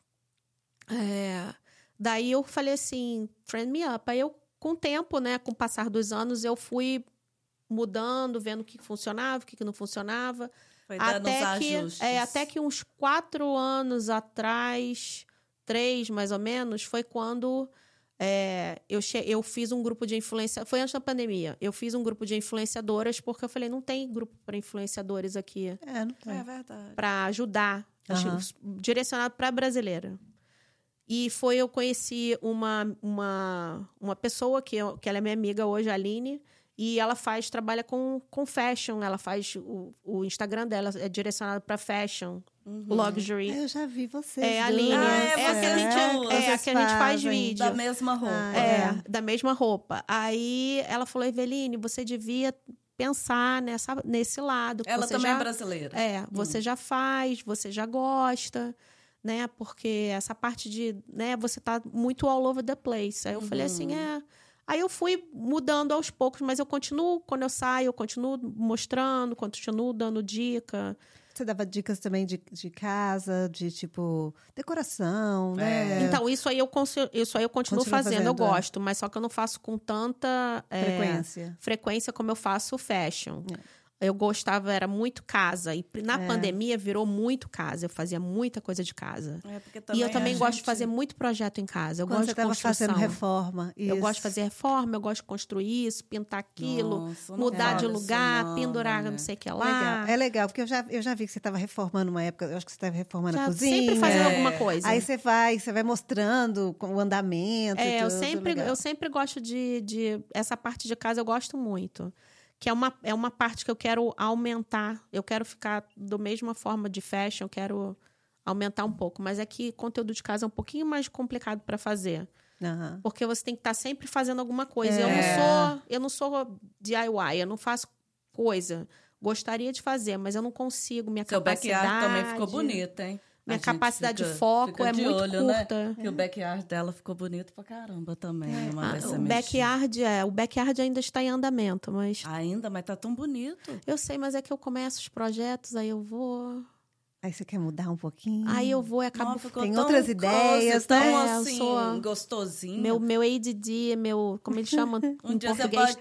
Daí eu falei assim, Trend Me Up. Aí eu, com o tempo, né, com o passar dos anos, eu fui mudando, vendo o que funcionava, o que não funcionava. Foi dando os ajustes. Até que uns 4 anos atrás, 3 mais ou menos, foi quando... eu fiz um grupo de influência... Foi antes da pandemia. Eu fiz um grupo de influenciadoras porque eu falei, não tem grupo para influenciadores aqui. Não tem. É verdade. Para ajudar. Direcionado para brasileira. E eu conheci uma pessoa que ela é minha amiga hoje, a Aline, e ela trabalha com fashion. Ela faz... O Instagram dela é direcionado para fashion. Luxury. Eu já vi vocês. A Aline. É a que a gente faz vídeo. Da mesma roupa. Da mesma roupa. Aí ela falou, Eveline, você devia pensar nesse lado. Ela também é brasileira. Você já faz, você já gosta, né? Porque essa parte de... né, você tá muito all over the place. Aí eu falei assim, Aí eu fui mudando aos poucos, mas eu continuo, quando eu saio, eu continuo mostrando, continuo dando dica. Você dava dicas também de casa, de, tipo, decoração, né? Então, isso aí eu continuo fazendo, eu gosto. Mas só que eu não faço com tanta frequência como eu faço fashion. Eu gostava, era muito casa. E na pandemia virou muito casa. Eu fazia muita coisa de casa. E eu também gosto de fazer muito projeto em casa. Eu gosto de construção. Você estava fazendo reforma. Isso. Eu gosto de fazer reforma, eu gosto de construir isso, pintar aquilo, mudar de lugar, pendurar não sei o que lá. É legal, porque eu já vi que você estava reformando uma época. Eu acho que você estava reformando a cozinha. Sempre fazendo alguma coisa. Aí você vai mostrando o andamento. Eu sempre gosto de... Essa parte de casa eu gosto muito. Que é uma parte que eu quero aumentar. Eu quero ficar da mesma forma de fashion, eu quero aumentar um pouco. Mas é que conteúdo de casa é um pouquinho mais complicado para fazer. Uhum. Porque você tem que estar sempre fazendo alguma coisa. Eu não sou DIY, eu não faço coisa. Gostaria de fazer, mas eu não consigo. Minha capacidade... Seu backyard também ficou bonito, hein? Minha capacidade de foco é muito curta. Né? Que o backyard dela ficou bonito pra caramba também. O backyard ainda está em andamento, mas... Mas tá tão bonito. Eu sei, mas é que eu começo os projetos, aí eu vou... Aí você quer mudar um pouquinho? Aí eu vou e acabo... Tem outras ideias, tão assim, gostosinho. Meu ADD, como ele chama um em dia português,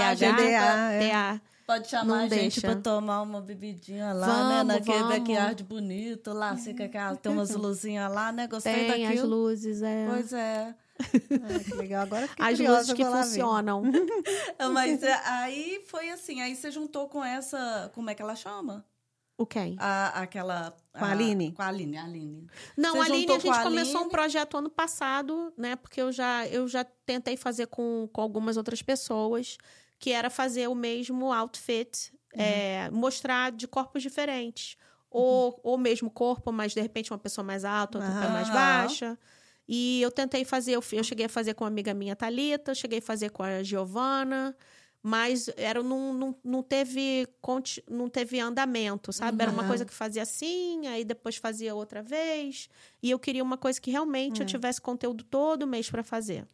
TDAH. Pode chamar a gente pra tomar uma bebidinha lá, naquele backyard bonito lá, tem umas luzinhas lá, né? Gostei daquilo. Tem as luzes, Pois é. Que legal, agora fiquei as curiosa, luzes que funcionam. Mas aí foi assim, aí você juntou com essa, como é que ela chama? O quem? Com a Aline? Com a Aline. Não, a Aline, a gente começou um projeto ano passado, né? Porque eu já tentei fazer com algumas outras pessoas, que era fazer o mesmo outfit, mostrar de corpos diferentes. Ou o mesmo corpo, mas de repente uma pessoa mais alta, outra mais baixa. E eu tentei fazer, eu cheguei a fazer com uma amiga minha, Thalita, cheguei a fazer com a Giovana, mas não teve andamento, sabe? Era uma coisa que fazia assim, aí depois fazia outra vez. E eu queria uma coisa que realmente eu tivesse conteúdo todo mês para fazer.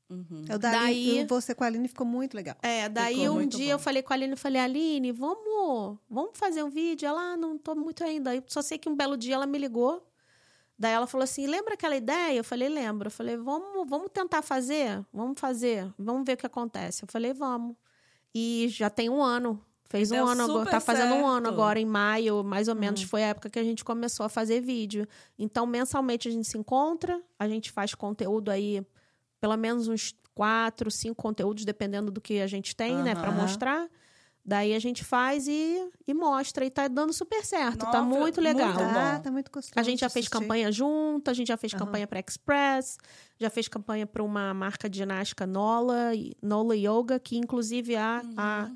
Daí você com a Aline ficou muito legal. Daí um dia eu falei com a Aline, Aline, vamos fazer um vídeo? Ela, não tô muito ainda. Eu só sei que um belo dia ela me ligou. Daí ela falou assim, lembra aquela ideia? Eu falei, lembro. Eu falei, vamos tentar fazer? Vamos fazer, vamos ver o que acontece. Eu falei, vamos. E já tem um ano. Fez um ano agora, tá fazendo um ano agora, em maio, mais ou menos, foi a época que a gente começou a fazer vídeo. Então, mensalmente a gente se encontra, a gente faz conteúdo aí, pelo menos uns 4, 5 conteúdos, dependendo do que a gente tem, né, pra mostrar. Daí a gente faz e mostra. E tá dando super certo. Nossa, tá muito legal. Tá muito gostoso. A gente já fez campanha junto, a gente já fez campanha pra Express, já fez campanha pra uma marca de ginástica Nola Yoga, que inclusive a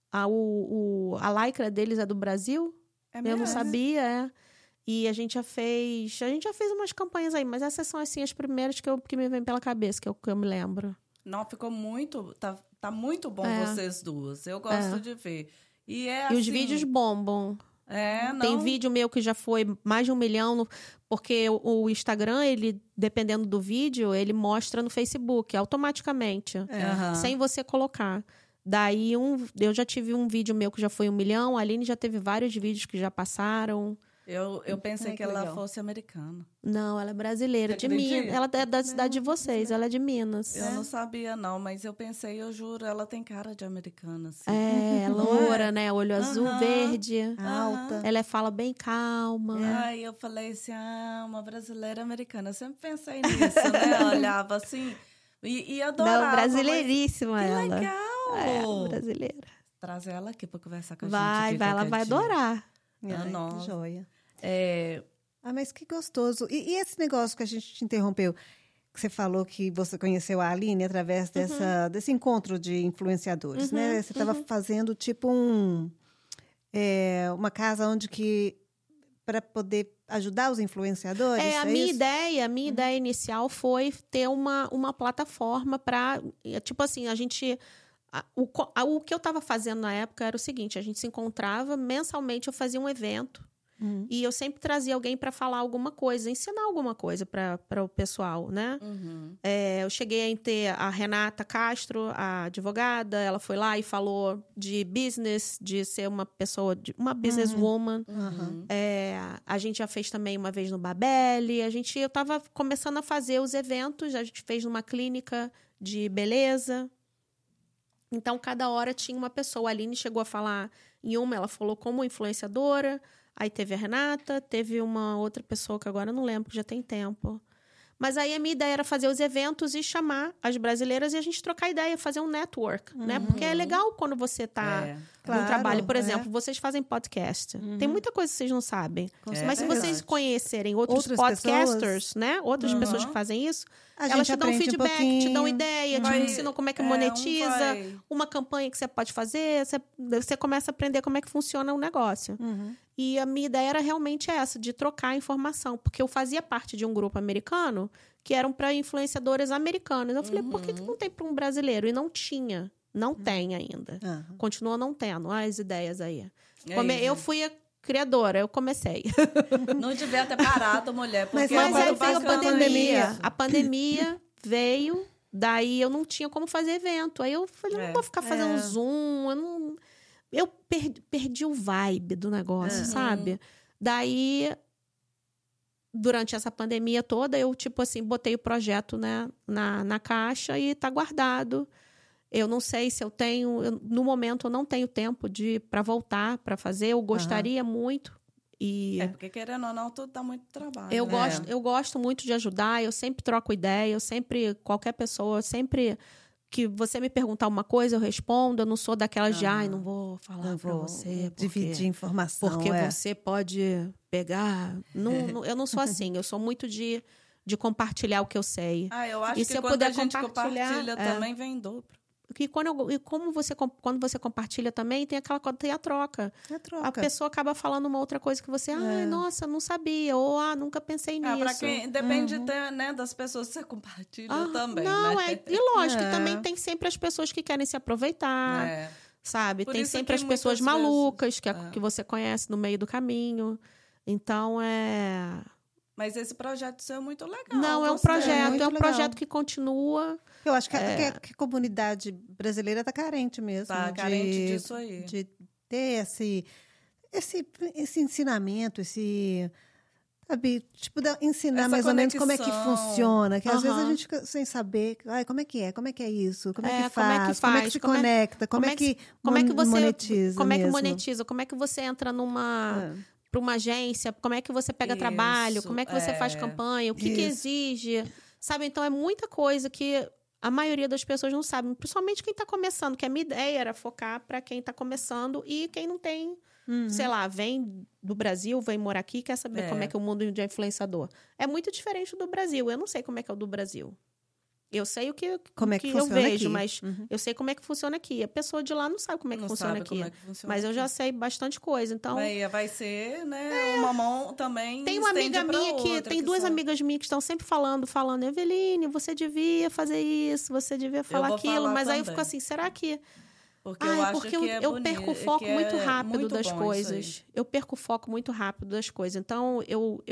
lycra deles é do Brasil. Eu não sabia, E a gente já fez umas campanhas aí, mas essas são assim as primeiras que me vêm pela cabeça, que eu me lembro. Não, ficou muito... Tá muito bom vocês duas. Eu gosto de ver. E assim, os vídeos bombam. Tem vídeo meu que já foi mais de 1 milhão, porque o Instagram, ele, dependendo do vídeo, ele mostra no Facebook automaticamente, sem você colocar. Daí, eu já tive um vídeo meu que já foi 1 milhão, a Aline já teve vários vídeos que já passaram. Eu pensei que ela fosse americana. Não, ela é brasileira, de Minas. Ela é da cidade de vocês, ela é de Minas. Eu não sabia, não, mas eu pensei, eu juro, ela tem cara de americana. Assim. Loura, né? Olho azul, verde, alta. Ela fala bem calma. Aí eu falei assim, uma brasileira americana. Eu sempre pensei nisso, né? Olhava assim e adorava. Não, brasileiríssima mas... ela. Que legal! Brasileira. Traz ela aqui pra conversar com a gente. Ela vai adorar. Que joia. Mas que gostoso. E esse negócio que a gente te interrompeu, que você falou que você conheceu a Aline através desse encontro de influenciadores, né? Você estava fazendo tipo uma casa onde que para poder ajudar os influenciadores. A minha ideia inicial foi ter uma plataforma para, tipo assim, a gente... O que eu estava fazendo na época era o seguinte, a gente se encontrava, mensalmente eu fazia um evento e eu sempre trazia alguém para falar alguma coisa, ensinar alguma coisa para o pessoal, né? Eu cheguei a ter a Renata Castro, a advogada, ela foi lá e falou de business, de ser uma pessoa, uma businesswoman. A gente já fez também uma vez no Babelli, eu estava começando a fazer os eventos, a gente fez numa clínica de beleza. Então, cada hora tinha uma pessoa. A Aline chegou a falar em uma, ela falou como influenciadora. Aí teve a Renata, teve uma outra pessoa que agora eu não lembro, que já tem tempo. Mas aí a minha ideia era fazer os eventos e chamar as brasileiras e a gente trocar ideia, fazer um network, né? Porque é legal quando você tá no trabalho. Por exemplo, vocês fazem podcast. Tem muita coisa que vocês não sabem. Mas se vocês conhecerem outros podcasters, pessoas, né? Outras pessoas que fazem isso, elas te dão feedback, te dão ideia, te ensinam como é que monetiza, uma campanha que você pode fazer. Você começa a aprender como é que funciona o negócio. E a minha ideia era realmente essa, de trocar informação. Porque eu fazia parte de um grupo americano que eram para influenciadores americanos. Eu falei, por que não tem para um brasileiro? E não tinha. Não tem ainda. Continua não tendo. Olha as ideias aí. Eu fui a criadora, eu comecei. Não devia ter parado, mulher. Porque mas aí veio a pandemia. A pandemia veio, daí eu não tinha como fazer evento. Aí eu falei, não vou ficar fazendo Zoom. Eu perdi o vibe do negócio, sabe? Daí, durante essa pandemia toda, eu, tipo assim, botei o projeto, né, na caixa e tá guardado. Eu não sei se eu tenho... no momento, eu não tenho tempo para voltar para fazer. Eu gostaria muito. Porque querendo ou não, tudo dá muito trabalho. Eu gosto muito de ajudar. Eu sempre troco ideia. Qualquer pessoa, sempre... que você me perguntar uma coisa, eu respondo. Eu não sou daquelas de, não vou falar para você. Dividir informação. Porque você pode pegar... eu não sou assim. Eu sou muito de compartilhar o que eu sei. Eu acho que quando a gente compartilha também vem em dobro. Quando você compartilha também, tem a troca. A pessoa acaba falando uma outra coisa que você... nossa, não sabia. Ou, nunca pensei nisso. Pra quem, depende né, das pessoas que você compartilha também. Não, né? E lógico, que também tem sempre as pessoas que querem se aproveitar. Sabe? Tem sempre as pessoas malucas que você conhece no meio do caminho. Então, Mas esse projeto seu é muito legal. Não, é um projeto que continua. Eu acho que a comunidade brasileira está carente mesmo. Está carente disso aí. De ter esse ensinamento, sabe, tipo, ensinar mais ou menos como é que funciona. Que às vezes a gente fica sem saber como é que é isso, como é que faz, como é que se conecta, como é que você monetiza. Como é que monetiza, como é que você entra para uma agência, como é que você pega trabalho, como é que você faz campanha, o que exige. Sabe, então é muita coisa que a maioria das pessoas não sabe, principalmente quem está começando, que a minha ideia era focar para quem está começando e quem não tem, sei lá, vem do Brasil, vem morar aqui, quer saber como é que é o mundo de influenciador. É muito diferente do Brasil. Eu não sei como é que é o do Brasil. Eu sei o que eu vejo, aqui. Mas eu sei como é que funciona aqui. A pessoa de lá não sabe como é que funciona aqui. Mas eu já sei bastante coisa. Então, vai ser, né? Uma mão também. Tem uma amiga minha tem duas amigas minhas que estão sempre falando, Eveline, você devia fazer isso, você devia falar aquilo. Mas aí eu fico assim, será que... Porque eu acho que eu perco o foco muito rápido das coisas. Eu perco o foco muito rápido das coisas. Então,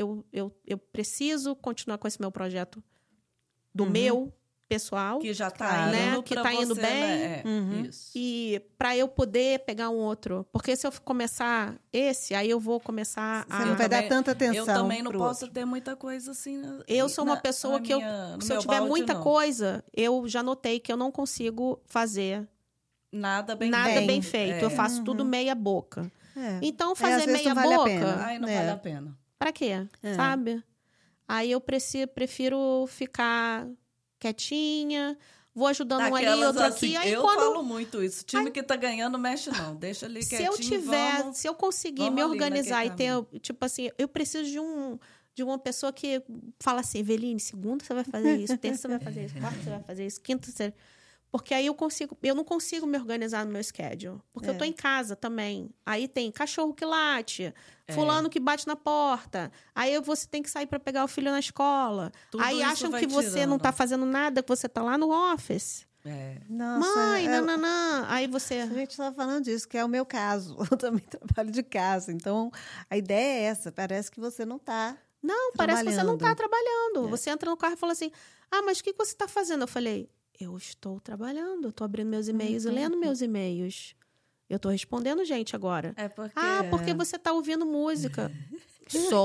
eu preciso continuar com esse meu projeto do meu pessoal, que já está indo, que tá indo bem, Isso. E para eu poder pegar um outro, porque se eu começar aí eu vou começar Você não vai dar tanta atenção. Eu também não posso ter muita coisa assim. Eu sou uma pessoa que se eu tiver muita coisa, eu já notei que eu não consigo fazer nada bem feito. Eu faço tudo meia boca. Então fazer meia boca, aí não vale a pena. Para quê? Sabe? Aí eu prefiro ficar quietinha, vou ajudando um ali, outro aqui. Aí eu falo muito isso. Time que tá ganhando, mexe não. Deixa ali quietinho. Se eu conseguir me organizar e ter, tipo assim, eu preciso de uma pessoa que fala assim, Eveline, segunda você vai fazer isso, terça você vai fazer isso, quarta você vai fazer isso, quinta você... Porque aí eu não consigo me organizar no meu schedule. Porque eu tô em casa também. Aí tem cachorro que late, fulano que bate na porta. Aí você tem que sair para pegar o filho na escola. Tudo aí acham que você não tá fazendo nada, que você tá lá no office. Nossa, mãe, nananã. Aí você... A gente estava falando disso, que é o meu caso. Eu também trabalho de casa. Então, a ideia é essa. Parece que você não tá parece que você não tá trabalhando. Você entra no carro e fala assim, mas o que você tá fazendo? Eu falei... Eu estou trabalhando, eu estou abrindo meus e-mails e lendo meus e-mails. Eu estou respondendo gente agora. Porque... porque você está ouvindo música. Sou.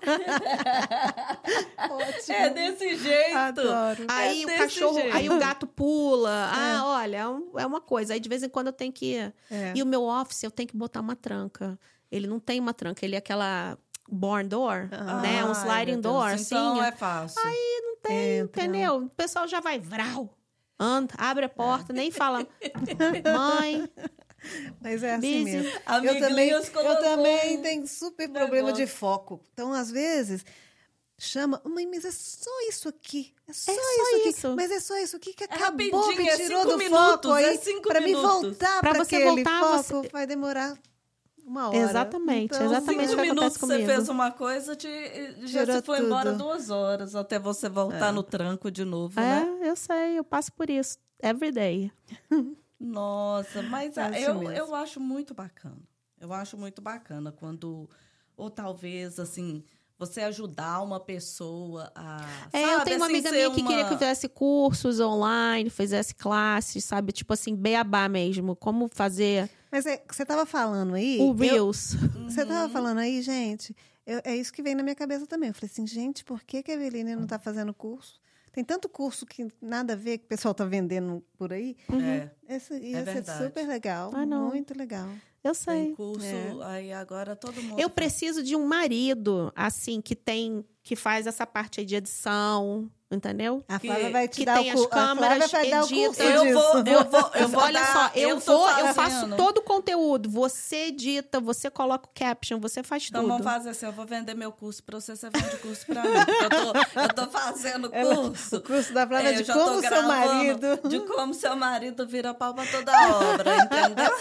Ótimo. É desse jeito. Adoro. Aí o cachorro, aí o gato pula. Olha, é uma coisa. Aí de vez em quando eu tenho que... E o meu office, eu tenho que botar uma tranca. Ele não tem uma tranca, ele é aquela barn door, né? Um sliding door, assim. Então é fácil. Aí não tem, entendeu? O pessoal já vai, vral, anda, abre a porta, nem fala, mãe... Mas é assim mesmo. Eu também tenho super problema de foco. Então, às vezes, chama, mãe, mas é só isso aqui. É só isso aqui. Mas é só isso aqui que acabou, me tirou do foco aí. Pra me voltar pra aquele foco, vai demorar uma hora. Exatamente, então, exatamente o que acontece comigo. Você fez uma coisa, já se foi embora 2 horas até você voltar no tranco de novo, né? Eu sei, eu passo por isso. Every day. Nossa, mas eu acho muito bacana. Eu acho muito bacana quando... Ou talvez, assim, você ajudar uma pessoa a... eu tenho uma amiga minha que queria que fizesse cursos online, fizesse classes, sabe? Tipo assim, beabá mesmo. Como fazer... Mas você estava falando aí... O Reels. Você estava falando aí, gente... é isso que vem na minha cabeça também. Eu falei assim, gente, por que a Eveline não está fazendo curso? Tem tanto curso que nada a ver que o pessoal está vendendo por aí. Isso é super legal. Muito legal. Eu sei. Tem curso, aí agora todo mundo... Eu preciso de um marido, assim, que faz essa parte aí de edição, entendeu? A Flávia vai te que dar tem as câmeras, edita. Eu vou olha dar, só, eu faço todo o conteúdo. Você edita, você coloca o caption, você faz tudo. Então vamos fazer assim, eu vou vender meu curso pra você, você vende curso pra mim. Eu tô fazendo curso. O curso da Flávia de como seu marido... De como seu marido vira pau pra toda obra, entendeu?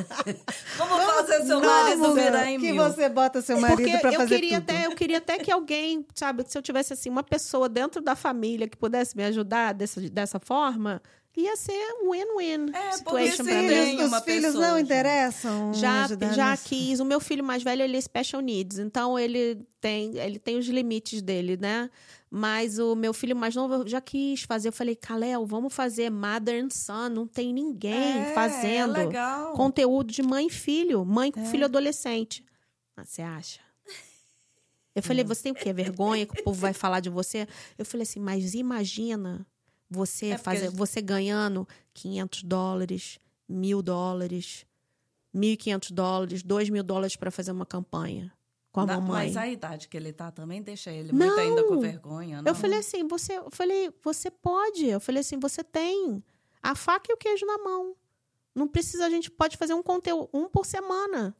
Como fazer seu marido virar em mil. Que você bota seu marido pra fazer tudo. Eu queria até que alguém, sabe, se eu tivesse assim, uma pessoa dentro da família que pudesse me ajudar dessa forma, ia ser um win-win situation pra mim. Os filhos não interessam? Já quis. O meu filho mais velho, ele é special needs, então ele tem os limites dele, né? Mas o meu filho mais novo eu já quis fazer. Eu falei, Kalel, vamos fazer Mother and Son. Não tem ninguém fazendo conteúdo de mãe e filho. Mãe com filho adolescente. Você acha? Eu falei, você tem o quê? Vergonha que o povo vai falar de você? Eu falei assim, mas imagina você você ganhando $500, $1.000, $1.500, $2.000 para fazer uma campanha com a mamãe. Mas a idade que ele tá também deixa ele muito ainda com vergonha, não? Eu falei assim, você pode. Eu falei assim, você tem a faca e o queijo na mão. Não precisa, a gente pode fazer um conteúdo, um por semana.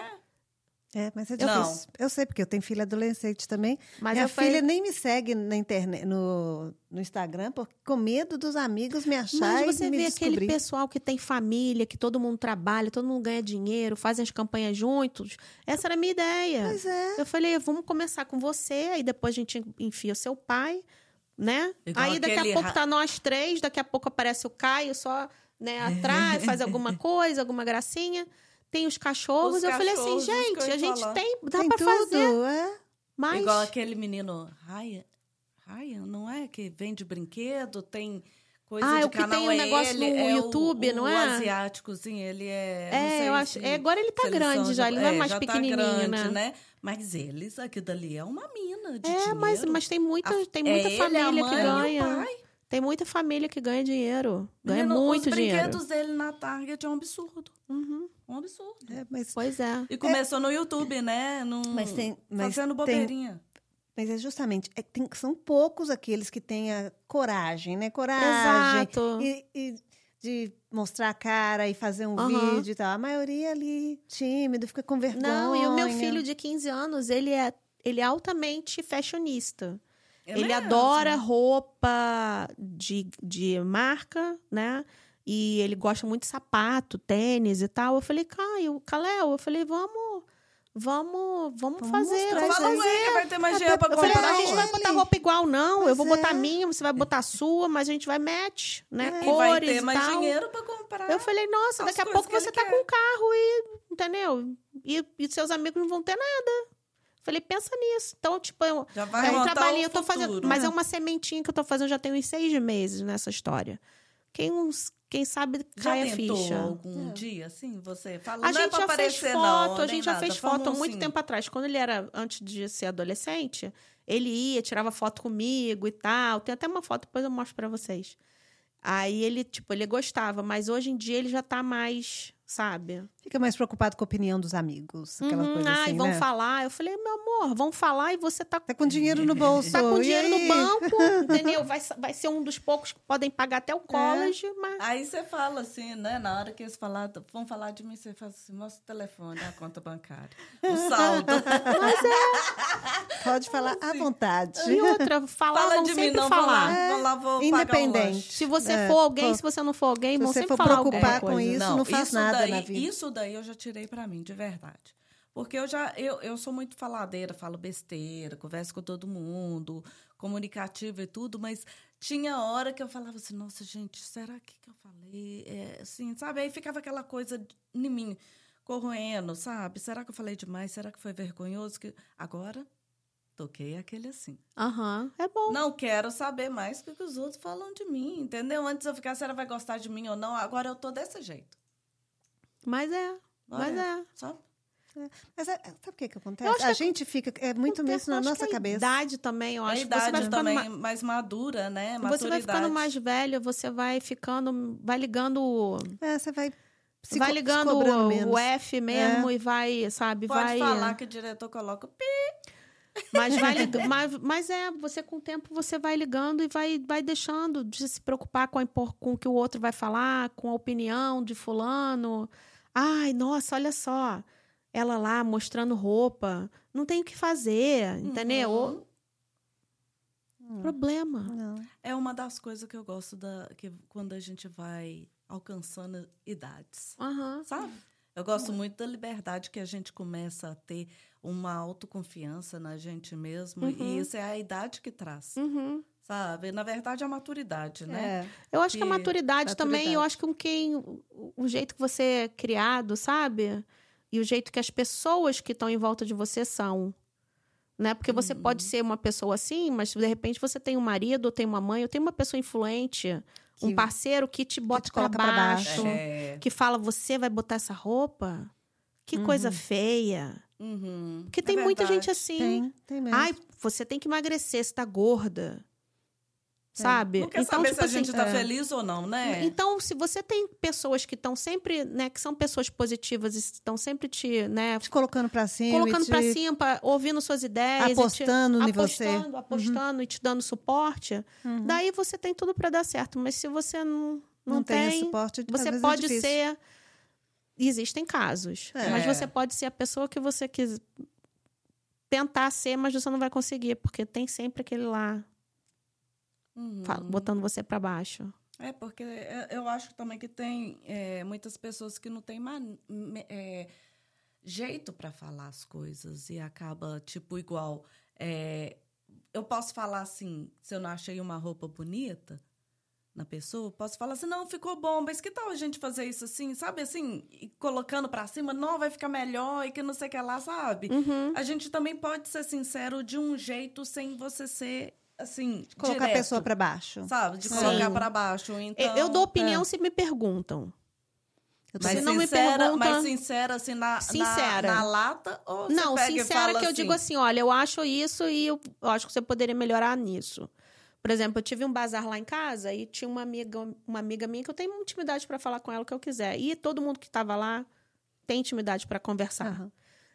Mas é difícil. Eu sei, porque eu tenho filha adolescente também. Mas minha filha nem me segue na internet, no Instagram, porque com medo dos amigos me acharem. Mas você vê aquele pessoal que tem família, que todo mundo trabalha, todo mundo ganha dinheiro, fazem as campanhas juntos. Essa era a minha ideia. Pois é. Eu falei, vamos começar com você, aí depois a gente enfia o seu pai, né? Igual aí daqui a pouco tá nós 3, daqui a pouco aparece o Caio só, né, atrás, faz alguma coisa, alguma gracinha. Tem os cachorros. Eu falei assim, gente, a gente dá pra tudo, fazer. Mas... Igual aquele menino, Ryan, não é? Que vende brinquedo, tem coisa de o que tem um negócio no YouTube, não é? O asiáticozinho, ele é... eu acho. Agora ele tá grande já, ele não é mais pequenininho, tá grande, né? Mas aquilo dali é uma mina de dinheiro. Mas tem muita família que ganha. Tem muita família que ganha dinheiro. Ganha muito dinheiro. Os brinquedos dele na Target é um absurdo. Um absurdo. Pois é. E começou no YouTube, né? Fazendo bobeirinha. Mas é justamente, são poucos aqueles que têm a coragem, né? Exato. E de mostrar a cara e fazer um vídeo e tal. A maioria ali, tímido, fica com vergonha. Não, e o meu filho de 15 anos, ele é altamente fashionista. Ele adora roupa de marca, né? E ele gosta muito de sapato, tênis e tal. Eu falei, Kalel, vamos fazer. Fala com ele, vai ter mais dinheiro pra comprar. A gente não vai botar roupa igual, não. Eu vou botar a minha, você vai botar a sua, mas a gente vai match, né? Cores e vai ter mais dinheiro pra comprar. Eu falei, nossa, daqui a pouco você tá com um carro entendeu? E seus amigos não vão ter nada. Falei, pensa nisso. Então, tipo, é um trabalhinho, eu tô fazendo. Mas é uma sementinha que eu tô fazendo, já tem uns 6 meses nessa história. Quem quem sabe cai a ficha. Já algum dia, assim, você fala, A não gente é já pra fez aparecer, foto, não, a nem gente já nada. fez foto há Vamos, muito assim, tempo atrás. Quando ele era, antes de ser adolescente, ele ia, tirava foto comigo e tal. Tem até uma foto, depois eu mostro pra vocês. Aí ele, tipo, ele gostava, mas hoje em dia ele já tá mais, sabe? Fica mais preocupado com a opinião dos amigos, aquela coisa assim, Ai, vão né? falar. Eu falei, meu amor, vão falar e você tá Tá com dinheiro no bolso. tá com e dinheiro no aí? banco, entendeu? Vai ser um dos poucos que podem pagar até o college, mas... Aí você fala assim, né? Na hora que eles vão falar de mim, você fala assim, mostra o telefone, a conta bancária, o saldo. Pode falar à vontade. E outra, Fala vão de mim, sempre não, falar. vou lá, vou pagar um Independente. lanche. Se você for alguém, se você não for alguém, Se vão você sempre for falar preocupar alguma com coisa. isso, não faz nada daí, na vida. Isso daí eu já tirei pra mim, de verdade. Porque eu sou muito faladeira, falo besteira, converso com todo mundo, comunicativa e tudo, mas tinha hora que eu falava assim, nossa, gente, será que eu falei? Assim, sabe? Aí ficava aquela coisa em mim, corroendo, sabe? Será que eu falei demais? Será que foi vergonhoso? Agora, toquei aquele assim. É bom. Não quero saber mais o que os outros falam de mim, entendeu? Antes eu ficar se ela vai gostar de mim ou não, agora eu tô desse jeito. Mas é. Sabe? Mas sabe o que acontece? A gente fica... É muito mesmo na nossa cabeça. A idade também, eu acho. A idade você vai ficando também mais madura, né? Você vai ficando mais velho, você vai ficando... Vai ligando... Você vai... vai ligando o F mesmo e vai, sabe? Pode falar que o diretor coloca o pi. Mas você com o tempo você vai ligando e vai deixando de se preocupar com o que o outro vai falar, com a opinião de fulano. Ai, nossa, olha só. Ela lá mostrando roupa. Não tem o que fazer, entendeu? Problema. Não. É uma das coisas que eu gosto que quando a gente vai alcançando idades, sabe? Eu gosto muito da liberdade que a gente começa a ter uma autoconfiança na gente mesmo. E isso é a idade que traz. Sabe? Na verdade, a maturidade, né? Eu acho que a maturidade também, eu acho que o jeito que você é criado, sabe? E o jeito que as pessoas que estão em volta de você são. Né? Porque você pode ser uma pessoa assim, mas de repente você tem um marido, ou tem uma mãe, ou tem uma pessoa influente, um parceiro que te bota pra baixo, que fala, você vai botar essa roupa? Que coisa feia. Porque tem muita gente assim. Tem mesmo. Ai, você tem que emagrecer, você tá gorda. Sabe? Não quer então, saber tipo se a assim, gente tá feliz ou não, né? Então, se você tem pessoas que estão sempre, né, que são pessoas positivas e estão sempre te colocando pra cima, ouvindo suas ideias, apostando em você, apostando e te dando suporte, daí você tem tudo para dar certo. Mas se você não tem suporte, você pode ser. Existem casos, mas você pode ser a pessoa que você quiser tentar ser, mas você não vai conseguir, porque tem sempre aquele lá. Botando você para baixo. Porque eu acho também que tem muitas pessoas que não têm jeito para falar as coisas e acaba, tipo, igual... eu posso falar assim, se eu não achei uma roupa bonita na pessoa, posso falar assim, não, ficou bom, mas que tal a gente fazer isso assim, sabe, assim, e colocando para cima, não, vai ficar melhor e que não sei o que lá, sabe? A gente também pode ser sincero de um jeito sem você ser... assim, de colocar direto, a pessoa para baixo. sabe? De colocar para baixo. Então, eu dou opinião se me perguntam. Mas não me perguntam... Mas sincera, assim, na lata? Ou você não, pega sincera e fala que eu digo assim, olha, eu acho isso e eu acho que você poderia melhorar nisso. Por exemplo, eu tive um bazar lá em casa e tinha uma amiga minha que eu tenho intimidade para falar com ela o que eu quiser. E todo mundo que estava lá tem intimidade para conversar.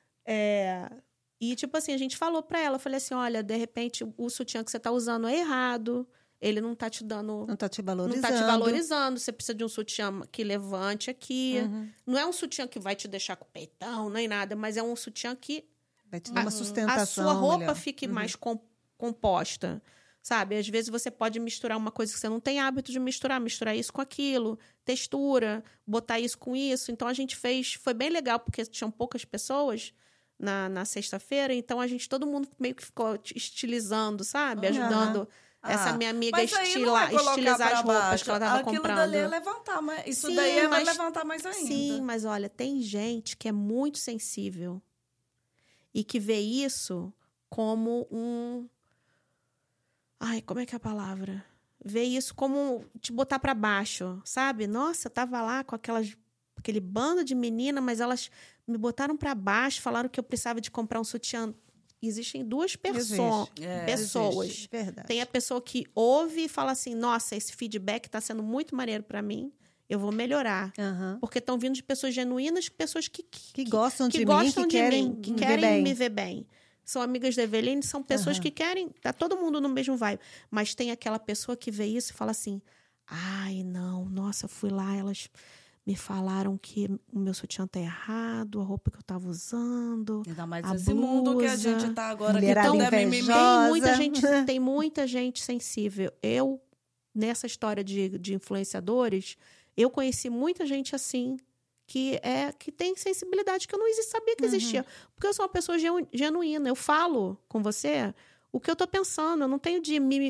E, tipo assim, a gente falou pra ela, eu falei assim, olha, de repente, o sutiã que você tá usando é errado, ele não tá te dando... Não tá te valorizando. Não tá te valorizando, você precisa de um sutiã que levante aqui. Não é um sutiã que vai te deixar com o peitão, nem nada, mas é um sutiã que... vai te dar uma sustentação a sua roupa melhor. fique mais composta, sabe? Às vezes você pode misturar uma coisa que você não tem hábito de misturar isso com aquilo, textura, botar isso com isso. Então, a gente fez... Foi bem legal, porque tinham poucas pessoas... Na sexta-feira, então todo mundo meio que ficou estilizando, sabe? Ajudando essa minha amiga a estilizar as roupas que ela tava comprando. Aquilo dali é levantar, mas isso daí vai levantar mais ainda. Sim, mas olha, tem gente que é muito sensível e que vê isso como um... Ai, como é que é a palavra? vê isso como te botar para baixo, sabe? Nossa, eu tava lá com aquele bando de menina, mas elas me botaram para baixo, falaram que eu precisava de comprar um sutiã. Existem duas pessoas. Existe, verdade. Tem a pessoa que ouve e fala assim, nossa, esse feedback está sendo muito maneiro para mim, eu vou melhorar. Porque estão vindo de pessoas genuínas, pessoas que gostam de mim, que querem me ver bem. São amigas da Eveline, são pessoas que querem... Tá todo mundo no mesmo vibe. Mas tem aquela pessoa que vê isso e fala assim, ai, não, nossa, eu fui lá, elas me falaram que o meu sutiã tá errado, a roupa que eu tava usando, ainda mais a esse blusa. Mundo que a gente tá agora. Mulherada Então, tem muita gente sensível. Eu, nessa história de influenciadores, eu conheci muita gente assim, que tem sensibilidade que eu não sabia que existia. Porque eu sou uma pessoa genuína. Eu falo com você o que eu tô pensando. Eu não tenho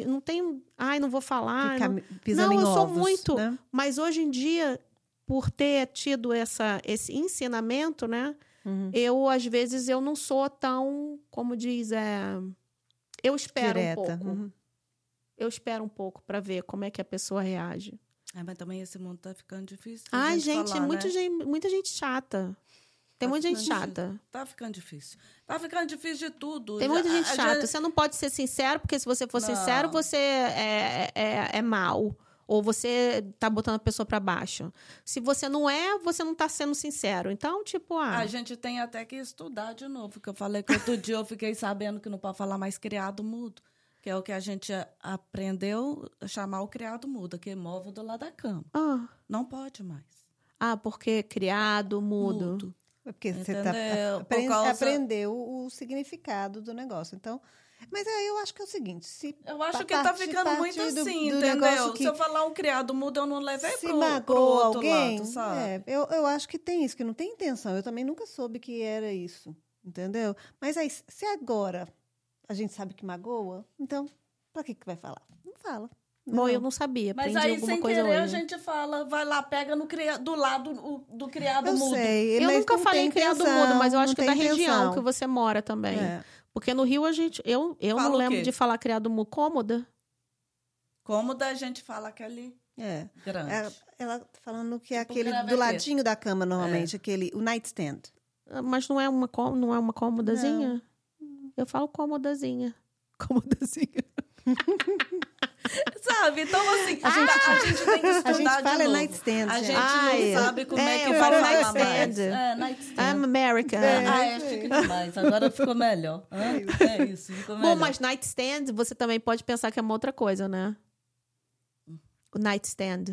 não vou falar. Pisando em eu sou ovos, muito. Né? Mas hoje em dia, por ter tido esse ensinamento, né? Eu, às vezes, eu não sou tão, como diz, eu espero direta. um pouco. Eu espero um pouco para ver como é que a pessoa reage. Mas também esse mundo tá ficando difícil. Gente, falar, muita gente chata. Tem muita gente chata. Tá ficando difícil. Tá ficando difícil de tudo. Tem muita gente chata. Você não pode ser sincero, porque se você for sincero, você é mau. Ou você tá botando a pessoa para baixo. Se você não você não tá sendo sincero. Então, tipo, A gente tem até que estudar de novo. Porque eu falei que outro dia eu fiquei sabendo que não pode falar mais criado mudo. Que é o que a gente aprendeu a chamar o criado mudo, que move do lado da cama. Não pode mais. Porque criado mudo. Porque você aprendeu o significado do negócio. Então, mas eu acho que é o seguinte... eu acho que tá ficando muito assim, entendeu? Se eu falar um criado mudo, eu não levei pro outro alguém, lado, sabe? Eu acho que tem isso, que não tem intenção. Eu também nunca soube que era isso, entendeu? Mas aí, se agora... a gente sabe que magoa, então, pra que vai falar? Não fala. Bom, eu não sabia. Mas aí, sem querer, a gente fala, vai lá, pega do lado do criado mudo. Sei, eu nunca falei em criado mudo, mas eu acho que é da região que você mora também. Porque no Rio, eu não lembro de falar criado mudo. Cômoda. Cômoda, a gente fala aquele grande. Ela tá falando que é aquele do ladinho da cama, normalmente, o nightstand. Mas não é uma cômodazinha? Não. Eu falo cômodazinha. Cômodazinha. Sabe? Então, assim, a gente tem que estudar. A gente fala de nightstand. A gente não sabe como é que fala nightstand. Nightstand. I'm American. Chique demais. Agora ficou melhor. É isso, ficou melhor. Bom, mas nightstand, você também pode pensar que é uma outra coisa, né? O nightstand.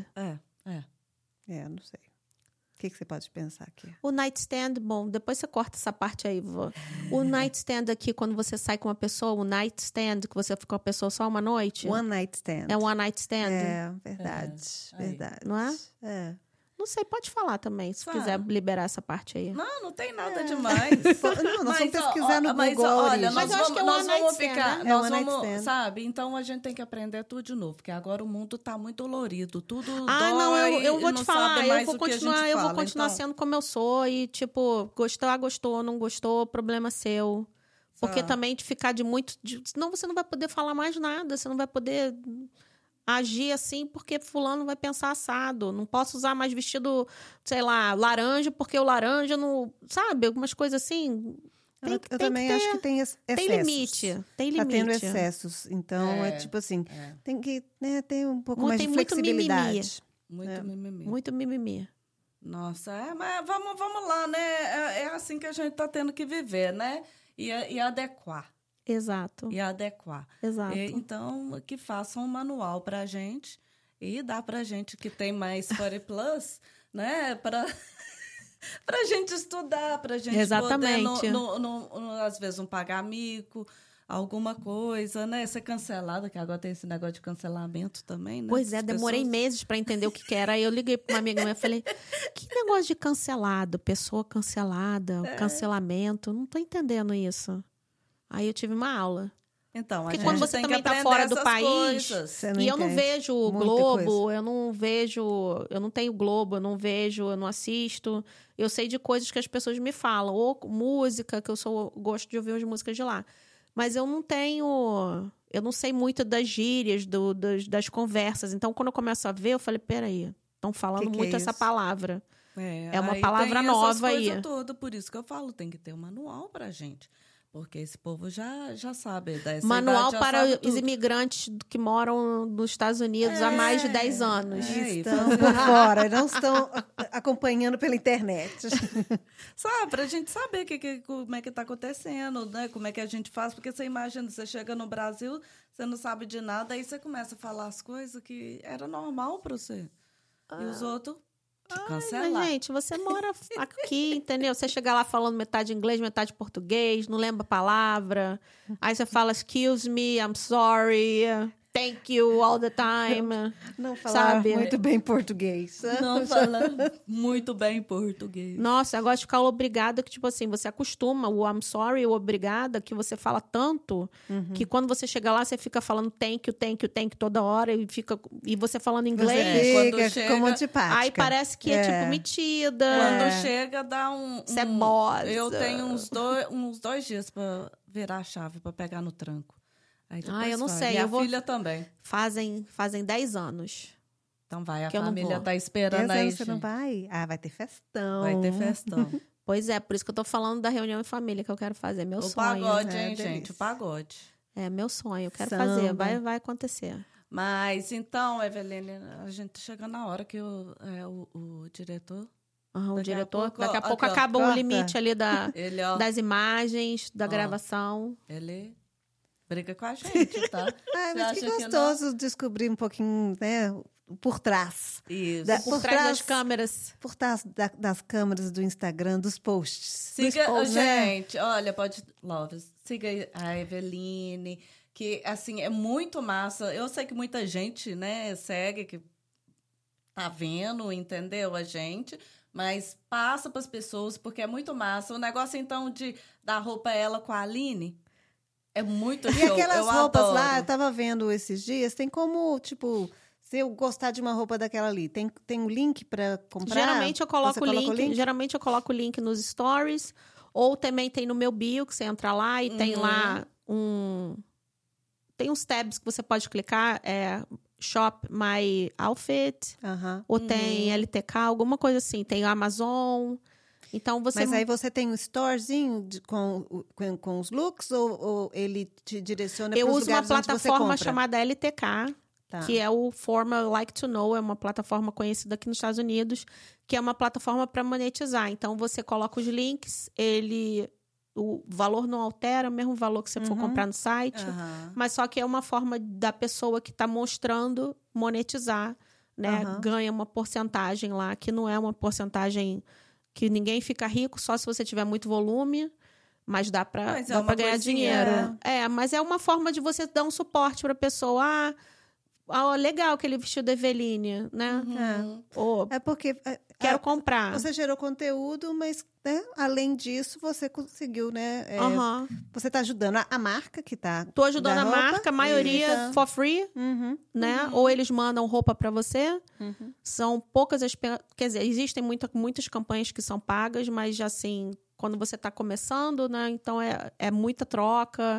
Não sei. O que você pode pensar aqui? O nightstand, bom, depois você corta essa parte aí. O nightstand aqui, quando você sai com uma pessoa, o nightstand, que você fica com a pessoa só uma noite. One night stand. É one night stand? Verdade. Verdade. Não é? Não sei, pode falar também, se quiser liberar essa parte aí. Não tem nada demais. Não, nós vamos pesquisar no Google. Olha, mas eu acho que nós vamos ficar... Nós vamos, sabe? Então, a gente tem que aprender tudo de novo, porque agora o mundo tá muito dolorido, tudo dói, eu vou te falar, eu vou continuar então... sendo como eu sou e, tipo, gostou, não gostou, problema seu. Porque também de ficar senão você não vai poder falar mais nada, você não vai poder... agir assim porque fulano vai pensar assado. Não posso usar mais vestido, sei lá, laranja, porque o laranja não... Sabe? Algumas coisas assim. Eu também acho que tem excessos. Tem limite. Tá tendo excessos. Então, tipo assim, tem que ter um pouco mais de flexibilidade. Muito mimimi. Nossa, mas vamos lá, né? É assim que a gente tá tendo que viver, né? E adequar. Exato. E adequar. Exato. Então, que façam um manual pra gente e dá pra gente que tem mais 40 Plus, né? Pra gente estudar, pra gente Exatamente. poder, às vezes, não pagar mico, alguma coisa, né? Ser cancelada, que agora tem esse negócio de cancelamento também, né? Pois demorei meses pra entender o que era. Aí eu liguei pra uma amiga minha e falei, que negócio de cancelado? Pessoa cancelada, cancelamento. Não tô entendendo isso. Aí eu tive uma aula. Então, porque quando você também está fora do país, e eu não vejo o Globo, eu não tenho Globo, eu não assisto. Eu sei de coisas que as pessoas me falam, ou música, que eu gosto de ouvir as músicas de lá. Mas eu não tenho eu não sei muito das gírias, das conversas. Então, quando eu começo a ver, eu falei, peraí, estão falando muito essa palavra. É uma palavra nova aí. Toda, por isso que eu falo, tem que ter um manual pra gente. Porque esse povo já sabe. Manual para os imigrantes que moram nos Estados Unidos há mais de 10 anos. Estão por fora, não estão acompanhando pela internet. Sabe, pra gente saber como é que tá acontecendo, né? Como é que a gente faz. Porque você imagina, você chega no Brasil, você não sabe de nada, aí você começa a falar as coisas que era normal pra você. E os outros... Mas, gente, você mora aqui, entendeu? Você chega lá falando metade inglês, metade português, não lembra a palavra. Aí você fala, excuse me, I'm sorry, thank you all the time. Não fala muito bem português. Não fala muito bem português. Nossa, eu gosto de ficar obrigada, que tipo assim, você acostuma o I'm sorry, o obrigada, que você fala tanto, que quando você chega lá, você fica falando thank you toda hora, e você falando inglês. Você fica como antipática. Aí parece que é tipo metida. Quando chega, dá Você é boss. Eu tenho uns 2 dias pra virar a chave, pra pegar no tranco. Aí eu não sei. Minha filha também. Fazem 10 anos. Então vai, a família tá esperando 10 aí, anos você não vai? Ah, vai ter festão. Vai ter festão. Pois é, por isso que eu tô falando da reunião em família que eu quero fazer. Meu sonho. O pagode, hein, gente? O pagode. É, meu sonho. Eu quero fazer. Vai acontecer. Mas, então, Eveline, a gente tá chegando na hora que o diretor... O diretor, daqui a pouco acaba o limite ali das imagens, da gravação. Ele... briga com a gente, tá? Mas que gostoso descobrir um pouquinho, né, por trás. Isso. Por trás das câmeras. Por trás das câmeras do Instagram, dos posts. Siga, gente, olha, siga a Eveline, que, assim, é muito massa. Eu sei que muita gente, né, segue, que tá vendo, entendeu, a gente... Mas passa para as pessoas, porque é muito massa. O negócio, então, de dar roupa a ela com a Aline... é muito show. E aquelas roupas adoro. lá, eu tava vendo esses dias, tem como, tipo, se eu gostar de uma roupa daquela ali, tem um link para comprar? Geralmente eu coloco o link. Geralmente eu coloco o link nos stories. Ou também tem no meu bio, que você entra lá e tem lá tem uns tabs que você pode clicar, Shop My Outfit, ou tem LTK, alguma coisa assim. Tem Amazon... Então Mas aí você tem um storezinho com os looks ou ele te direciona para os lugares onde você compra? Eu uso uma plataforma chamada LTK, que é o Forma Like to Know, é uma plataforma conhecida aqui nos Estados Unidos, que é uma plataforma para monetizar. Então você coloca os links, o valor não altera, o mesmo valor que você for comprar no site, mas só que é uma forma da pessoa que está mostrando monetizar, né? Ganha uma porcentagem lá, que não é uma porcentagem... que ninguém fica rico só se você tiver muito volume, mas dá para ganhar dinheiro. Mas é uma forma de você dar um suporte para a pessoa. Legal aquele vestido da Eveline, né? É porque... quero comprar. Você gerou conteúdo, mas, né, além disso, você conseguiu, né? Você está ajudando a marca que está... Tô ajudando a marca, a maioria for free, né? Ou eles mandam roupa para você. São poucas as... Quer dizer, existem muitas campanhas que são pagas, mas, assim, quando você está começando, né? Então, é muita troca...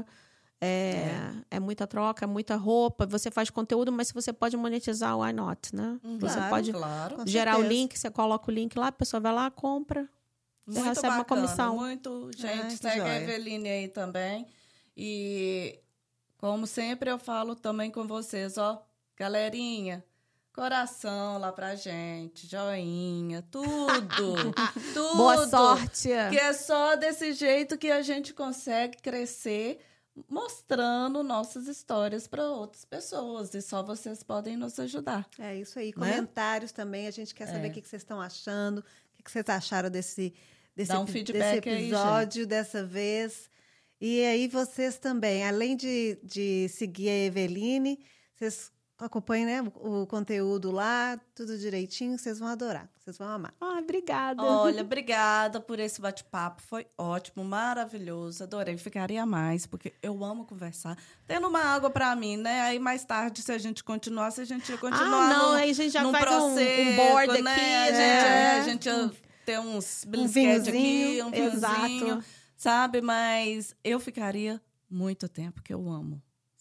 É muita troca, é muita roupa. Você faz conteúdo, mas se você pode monetizar, why not, né? Você pode gerar o link, você coloca o link lá, a pessoa vai lá, compra, você recebe uma comissão. Muito, gente. Segue a Eveline aí também. E, como sempre, eu falo também com vocês, galerinha, coração lá pra gente, joinha, tudo. Tudo. Boa sorte. Que é só desse jeito que a gente consegue crescer, mostrando nossas histórias para outras pessoas. E só vocês podem nos ajudar. É isso aí. Comentários também. A gente quer saber o que vocês estão achando. O que vocês acharam desse feedback episódio, aí, dessa vez. E aí vocês também, além de seguir a Eveline, vocês acompanhem, né, o conteúdo lá, tudo direitinho. Vocês vão adorar. Vocês vão amar. Obrigada. Olha, obrigada por esse bate-papo. Foi ótimo, maravilhoso. Adorei. Ficaria mais, porque eu amo conversar. Tendo uma água pra mim, né? Aí mais tarde, se a gente continuar, aí a gente já faz processo, um board né? aqui. A gente ter uns belisquetes aqui, um vinhozinho, exato. sabe? Mas eu ficaria muito tempo, que eu amo.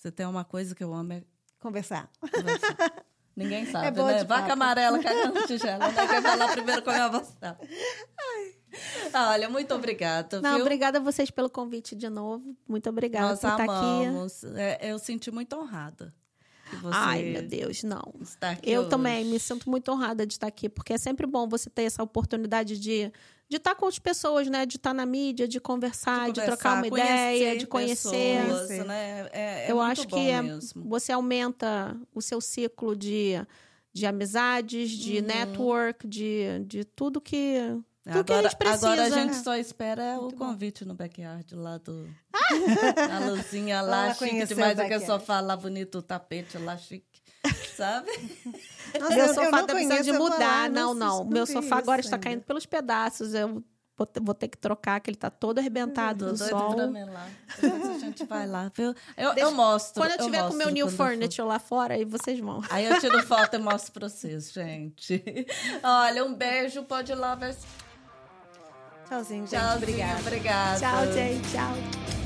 Você tem uma coisa que eu amo, é conversar. Ninguém sabe, né? Vaca amarela cagando tigela, né? Quer falar primeiro com a minha voz. Olha, muito obrigada. Não, obrigada a vocês pelo convite de novo. Muito obrigada Nós por estar amamos. aqui. Eu senti muito honrada. Ai, meu Deus, não. Eu hoje. Também me sinto muito honrada de estar aqui, porque é sempre bom você ter essa oportunidade de estar com as pessoas, né? De estar na mídia, de conversar, de trocar uma ideia, de conhecer. Pessoas, né? Eu acho que você aumenta o seu ciclo de amizades, de network, de tudo que... Tudo que a gente precisa. Agora a gente só espera o convite no backyard lá do... A luzinha lá, chique demais. Aquele sofá lá bonito, o tapete lá chique. Sabe? Nossa, meu sofá tá precisando de mudar. Não. Meu sofá agora está caindo pelos pedaços. Eu vou ter que trocar, que ele tá todo arrebentado do sol. Depois a gente vai lá. Eu mostro. Quando eu tiver com o meu new furniture lá fora, aí vocês vão. Aí eu tiro foto e mostro pra vocês, gente. Olha, um beijo. Pode ir lá ver. Tchauzinho, gente. Obrigada. Tchau, gente. Tchau.